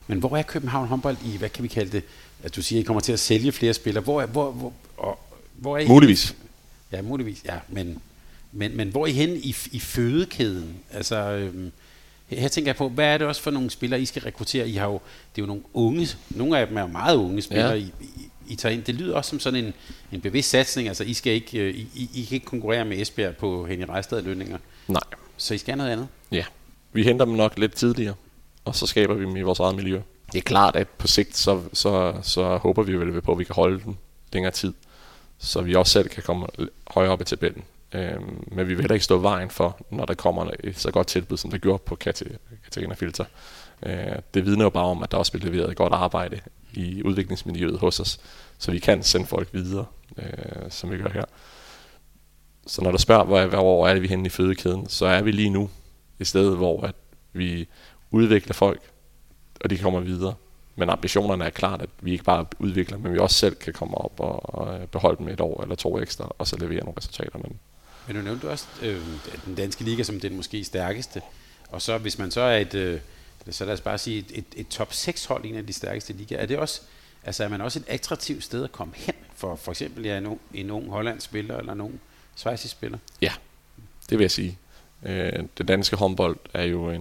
B: Men hvor er København håndbold i, hvad kan vi kalde det? At du siger, I kommer til at sælge flere spillere. Hvor er I?
C: Muligvis.
B: Ja, muligvis, ja. Men hvor er I henne i fødekæden? Altså, her tænker jeg på, hvad er det også for nogle spillere, I skal rekruttere? I har jo, det er jo nogle unge, nogle af dem er jo meget unge spillere, ja. I tager ind. Det lyder også som sådan en bevidst satsning. Altså, I skal ikke, I kan ikke konkurrere med Esbjerg på Henny Rejstad lønninger.
C: Nej.
B: Så I skal noget andet?
C: Ja. Vi henter dem nok lidt tidligere, og så skaber vi dem i vores eget miljø. Det er klart, at på sigt, så håber vi vel på, at vi kan holde dem længere tid, så vi også selv kan komme højere op i tabellen. Men vi vil heller ikke stå vejen for, når der kommer et så godt tilbud, som der gjorde på Katarina Filter. Det vidner jo bare om, at der også bliver leveret et godt arbejde i udviklingsmiljøet hos os, så vi kan sende folk videre, som vi gør her. Så når du spørger, hvor er vi henne i fødekæden, så er vi lige nu et sted, hvor at vi udvikler folk, og de kommer videre. Men ambitionerne er klart, at vi ikke bare udvikler, men vi også selv kan komme op og beholde dem et år eller 2 ekstra, og så levere nogle resultater med dem.
B: Men du nævnte også den danske liga som den måske stærkeste, og så hvis man så er så lad os bare sige et top 6 hold i en af de stærkeste ligaer, er det også, altså er man også et attraktivt sted at komme hen for eksempel en ung hollandsk spiller eller en ung schweizisk spiller?
C: Ja, det vil jeg sige. Det danske håndbold er jo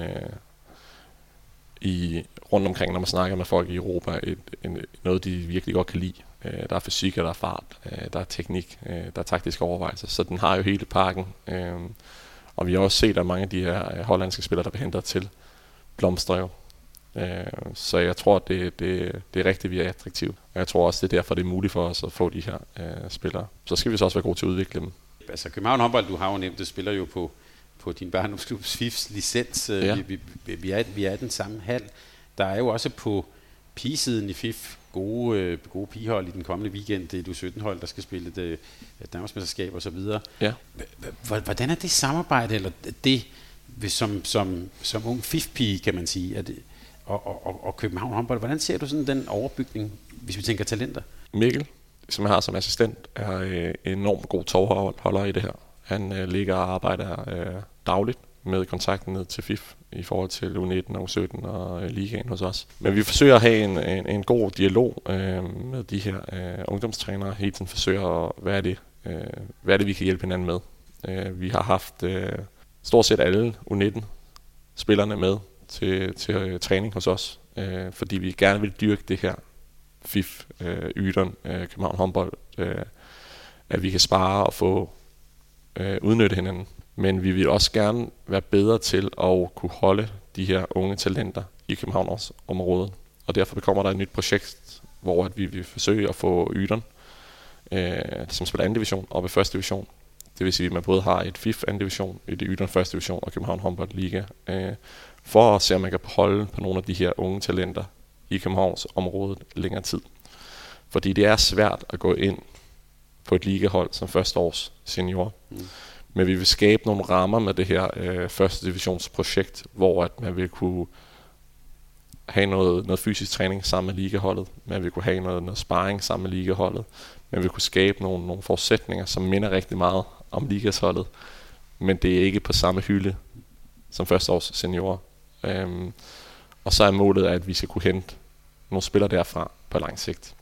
C: rundt omkring, når man snakker med folk i Europa, noget de virkelig godt kan lide. Der er fysik, og der er fart, der er teknik, der er taktiske overvejelser, så den har jo hele pakken. Og vi har også set, at mange af de her hollandske spillere, der bliver hentet til, blomstrer jo. Så jeg tror, det er rigtigt, vi er attraktive. Og jeg tror også, det er derfor, det er muligt for os at få de her spillere. Så skal vi så også være gode til at udvikle dem.
B: Altså København håndbold, du har jo nemt, det spiller jo på din barndomsklubs FIFs licens. Ja. Vi er den samme hal. Der er jo også på pigesiden i FIF gode pigehold i den kommende weekend. Det er du 17 hold, der skal spille det Danmarksmesterskab og så videre.
C: Ja.
B: Hvordan er det samarbejde, eller det som ung FIF-pige, kan man sige, og København håndbold, hvordan ser du sådan den overbygning, hvis vi tænker talenter?
C: Mikkel, som jeg har som assistent, er enormt god tovholder i det her. Han ligger og arbejder dagligt med kontakten ned til FIF i forhold til U19 og U17 og ligaen hos os. Men vi forsøger at have en god dialog med de her ungdomstrænere. Hele tiden forsøger at, hvad er det, vi kan hjælpe hinanden med. Vi har haft stort set alle U19-spillerne med til træning hos os, fordi vi gerne vil dyrke det her FIF, Ydern, København håndbold, at vi kan spare og få udnytte hinanden. Men vi vil også gerne være bedre til at kunne holde de her unge talenter i Københavns området. Og derfor kommer der et nyt projekt, hvor at vi vil forsøge at få Ydern, som spiller 2. division, op i 1. division. Det vil sige, at man både har et FIF 2. division, et Ydern 1. division og København håndbold liga, for at se, om man kan holde på nogle af de her unge talenter i Københavns området længere tid. Fordi det er svært at gå ind på et ligahold som førsteårs senior. Men vi vil skabe nogle rammer med det her 1. divisionsprojekt, hvor at man vil kunne have noget fysisk træning sammen med ligaholdet. Man vil kunne have noget sparring sammen med ligaholdet. Man vil kunne skabe nogle forudsætninger, som minder rigtig meget om ligasholdet. Men det er ikke på samme hylde som førsteårs seniorer. Og så er målet, at vi skal kunne hente nogle spillere derfra på lang sigt.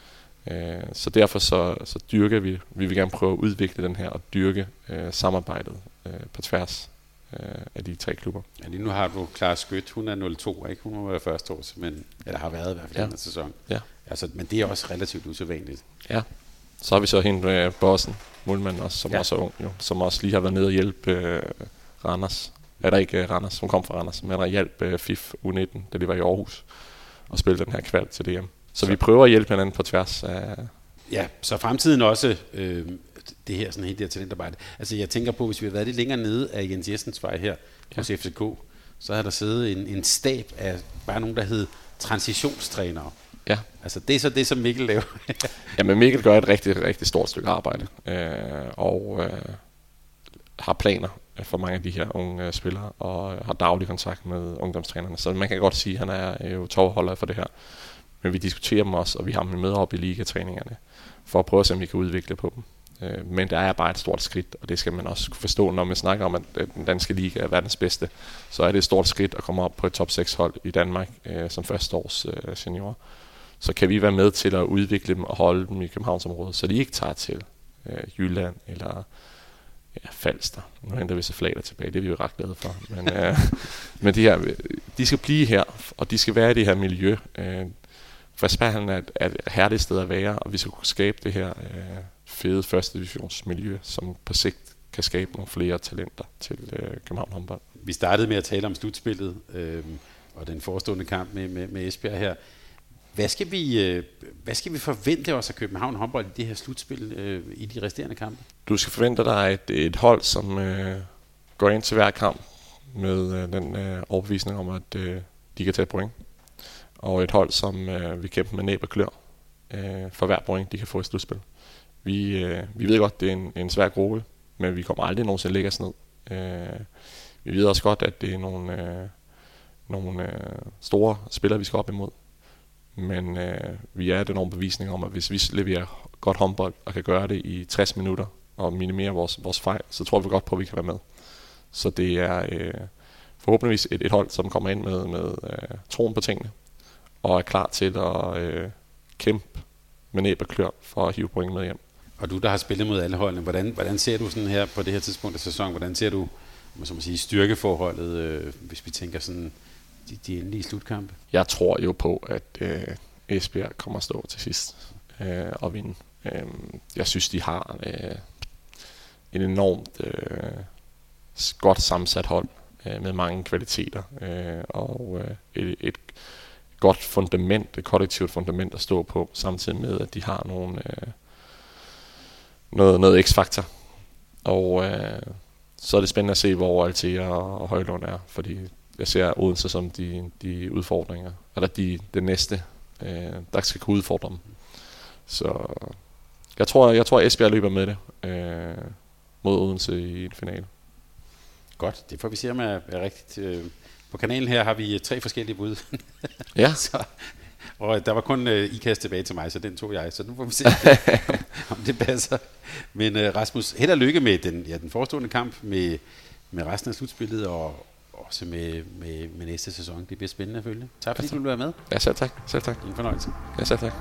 C: Så derfor så dyrker vi vil gerne prøve at udvikle den her og dyrke samarbejdet på tværs af de 3 klubber.
B: Ja, lige nu har du Clara Skødt, hun er 02, ikke? Hun må være førsteårs, eller har været i hvert fald den sæson. Ja. Altså, men det er også relativt usædvanligt.
C: Ja, så har vi så hende Bossen, målmanden også, som også er ung, jo, som også lige har været nede og hjælpe Randers. Er der ikke Randers, hun kom fra Randers, men der hjalp FIF U19, da de var i Aarhus, og spille den her kval til DM. Så vi prøver at hjælpe hinanden på tværs af...
B: Ja, så fremtiden også, det her sådan helt der talentarbejde. Altså jeg tænker på, hvis vi havde været lidt længere nede af Jens Jessens vej her hos FCK, så havde der siddet en stab af bare nogen, der hed transitionstrænere.
C: Ja.
B: Altså det er så det, som Mikkel laver.
C: Ja, men Mikkel gør et rigtig, rigtig stort stykke arbejde, og har planer for mange af de her unge spillere, og har daglig kontakt med ungdomstrænerne. Så man kan godt sige, at han er jo tovholder for det her. Men vi diskuterer dem også, og vi har dem med op i ligatræningerne, for at prøve at se, om vi kan udvikle på dem. Men der er bare et stort skridt, og det skal man også forstå, når man snakker om, at den danske liga er verdens bedste. Så er det et stort skridt at komme op på et top 6 hold i Danmark som førsteårs seniorer. Så kan vi være med til at udvikle dem og holde dem i Københavnsområdet, så de ikke tager til Jylland eller Falster. Nu henter vi så Flader tilbage, det er vi jo ret glade for. Men de skal blive her, og de skal være i det her miljø. Frederiksberghallen er et herligt sted at være, og vi skal kunne skabe det her fede første divisionsmiljø, som på sigt kan skabe nogle flere talenter til København håndbold.
B: Vi startede med at tale om slutspillet og den forestående kamp med Esbjerg her. Hvad skal vi forvente os af København håndbold i det her slutspil i de resterende kampe?
C: Du skal forvente dig et hold, som går ind til hver kamp med den overbevisning om, at de kan tage point. Og et hold, som vil kæmpe med næb og klør for hver point, de kan få i slutspil. Vi ved godt, det er en svær gruppe, men vi kommer aldrig nogensinde lægge os ned. Vi ved også godt, at det er nogle store spillere, vi skal op imod. Men vi er den overbevisning om, at hvis vi leverer godt håndbold og kan gøre det i 60 minutter og minimere vores fejl, så tror vi godt på, at vi kan være med. Så det er forhåbentligvis et hold, som kommer ind med troen på tingene og er klar til at kæmpe med næb og klør for at hive point med hjem.
B: Og du, der har spillet mod alle holdene, hvordan ser du sådan her på det her tidspunkt af sæsonen? Hvordan ser du styrkeforholdet, hvis vi tænker sådan de endelige slutkampe?
C: Jeg tror jo på, at Esbjerg kommer at stå til sidst og vinde. Jeg synes, de har en enormt godt sammensat hold med mange kvaliteter og et godt fundament, et kollektivt fundament at stå på, samtidig med, at de har noget x-faktor. Og så er det spændende at se, hvor Altea og Højlund er, fordi jeg ser Odense som de udfordringer, eller det næste, der skal kunne udfordre dem. Så jeg tror Esbjerg løber med det mod Odense i en finale.
B: Godt, det får vi se om er rigtigt. På kanalen her har vi 3 forskellige bud.
C: Ja.
B: Og der var kun ikast tilbage til mig, så den tog jeg. Så nu får vi se, om det passer. Men Rasmus, held og lykke med den forestående kamp, med resten af slutspillet, og også med næste sæson. Det bliver spændende at følge. Tak fordi du vil være med.
C: Ja, selv tak.
B: En fornøjelse.
C: Ja, selv tak.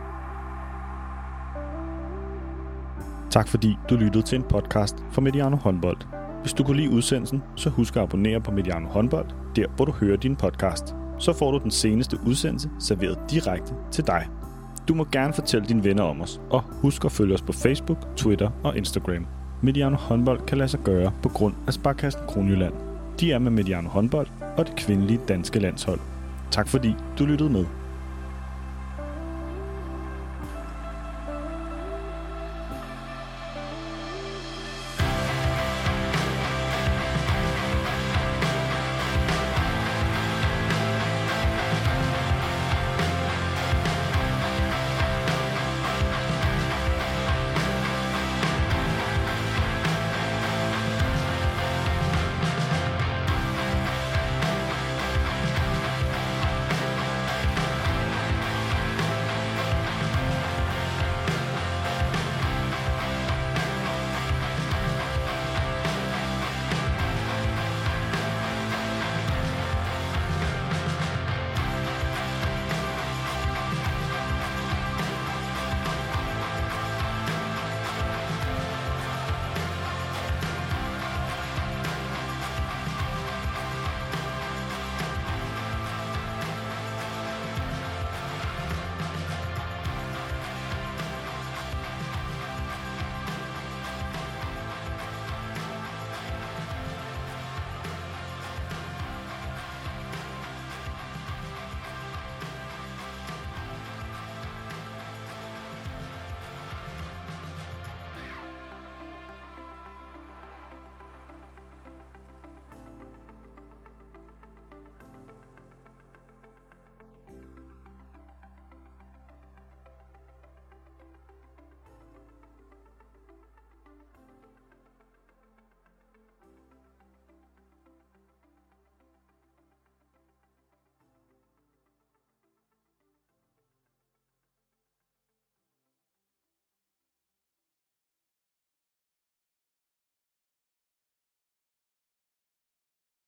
A: Tak fordi du lyttede til en podcast fra Mediano Håndbold. Hvis du kunne lide udsendelsen, så husk at abonnere på Mediano Håndbold, der hvor du hører din podcast. Så får du den seneste udsendelse serveret direkte til dig. Du må gerne fortælle dine venner om os, og husk at følge os på Facebook, Twitter og Instagram. Mediano Håndbold kan lade sig gøre på grund af Sparkassen Kronjylland. De er med Mediano Håndbold og det kvindelige danske landshold. Tak fordi du lyttede med.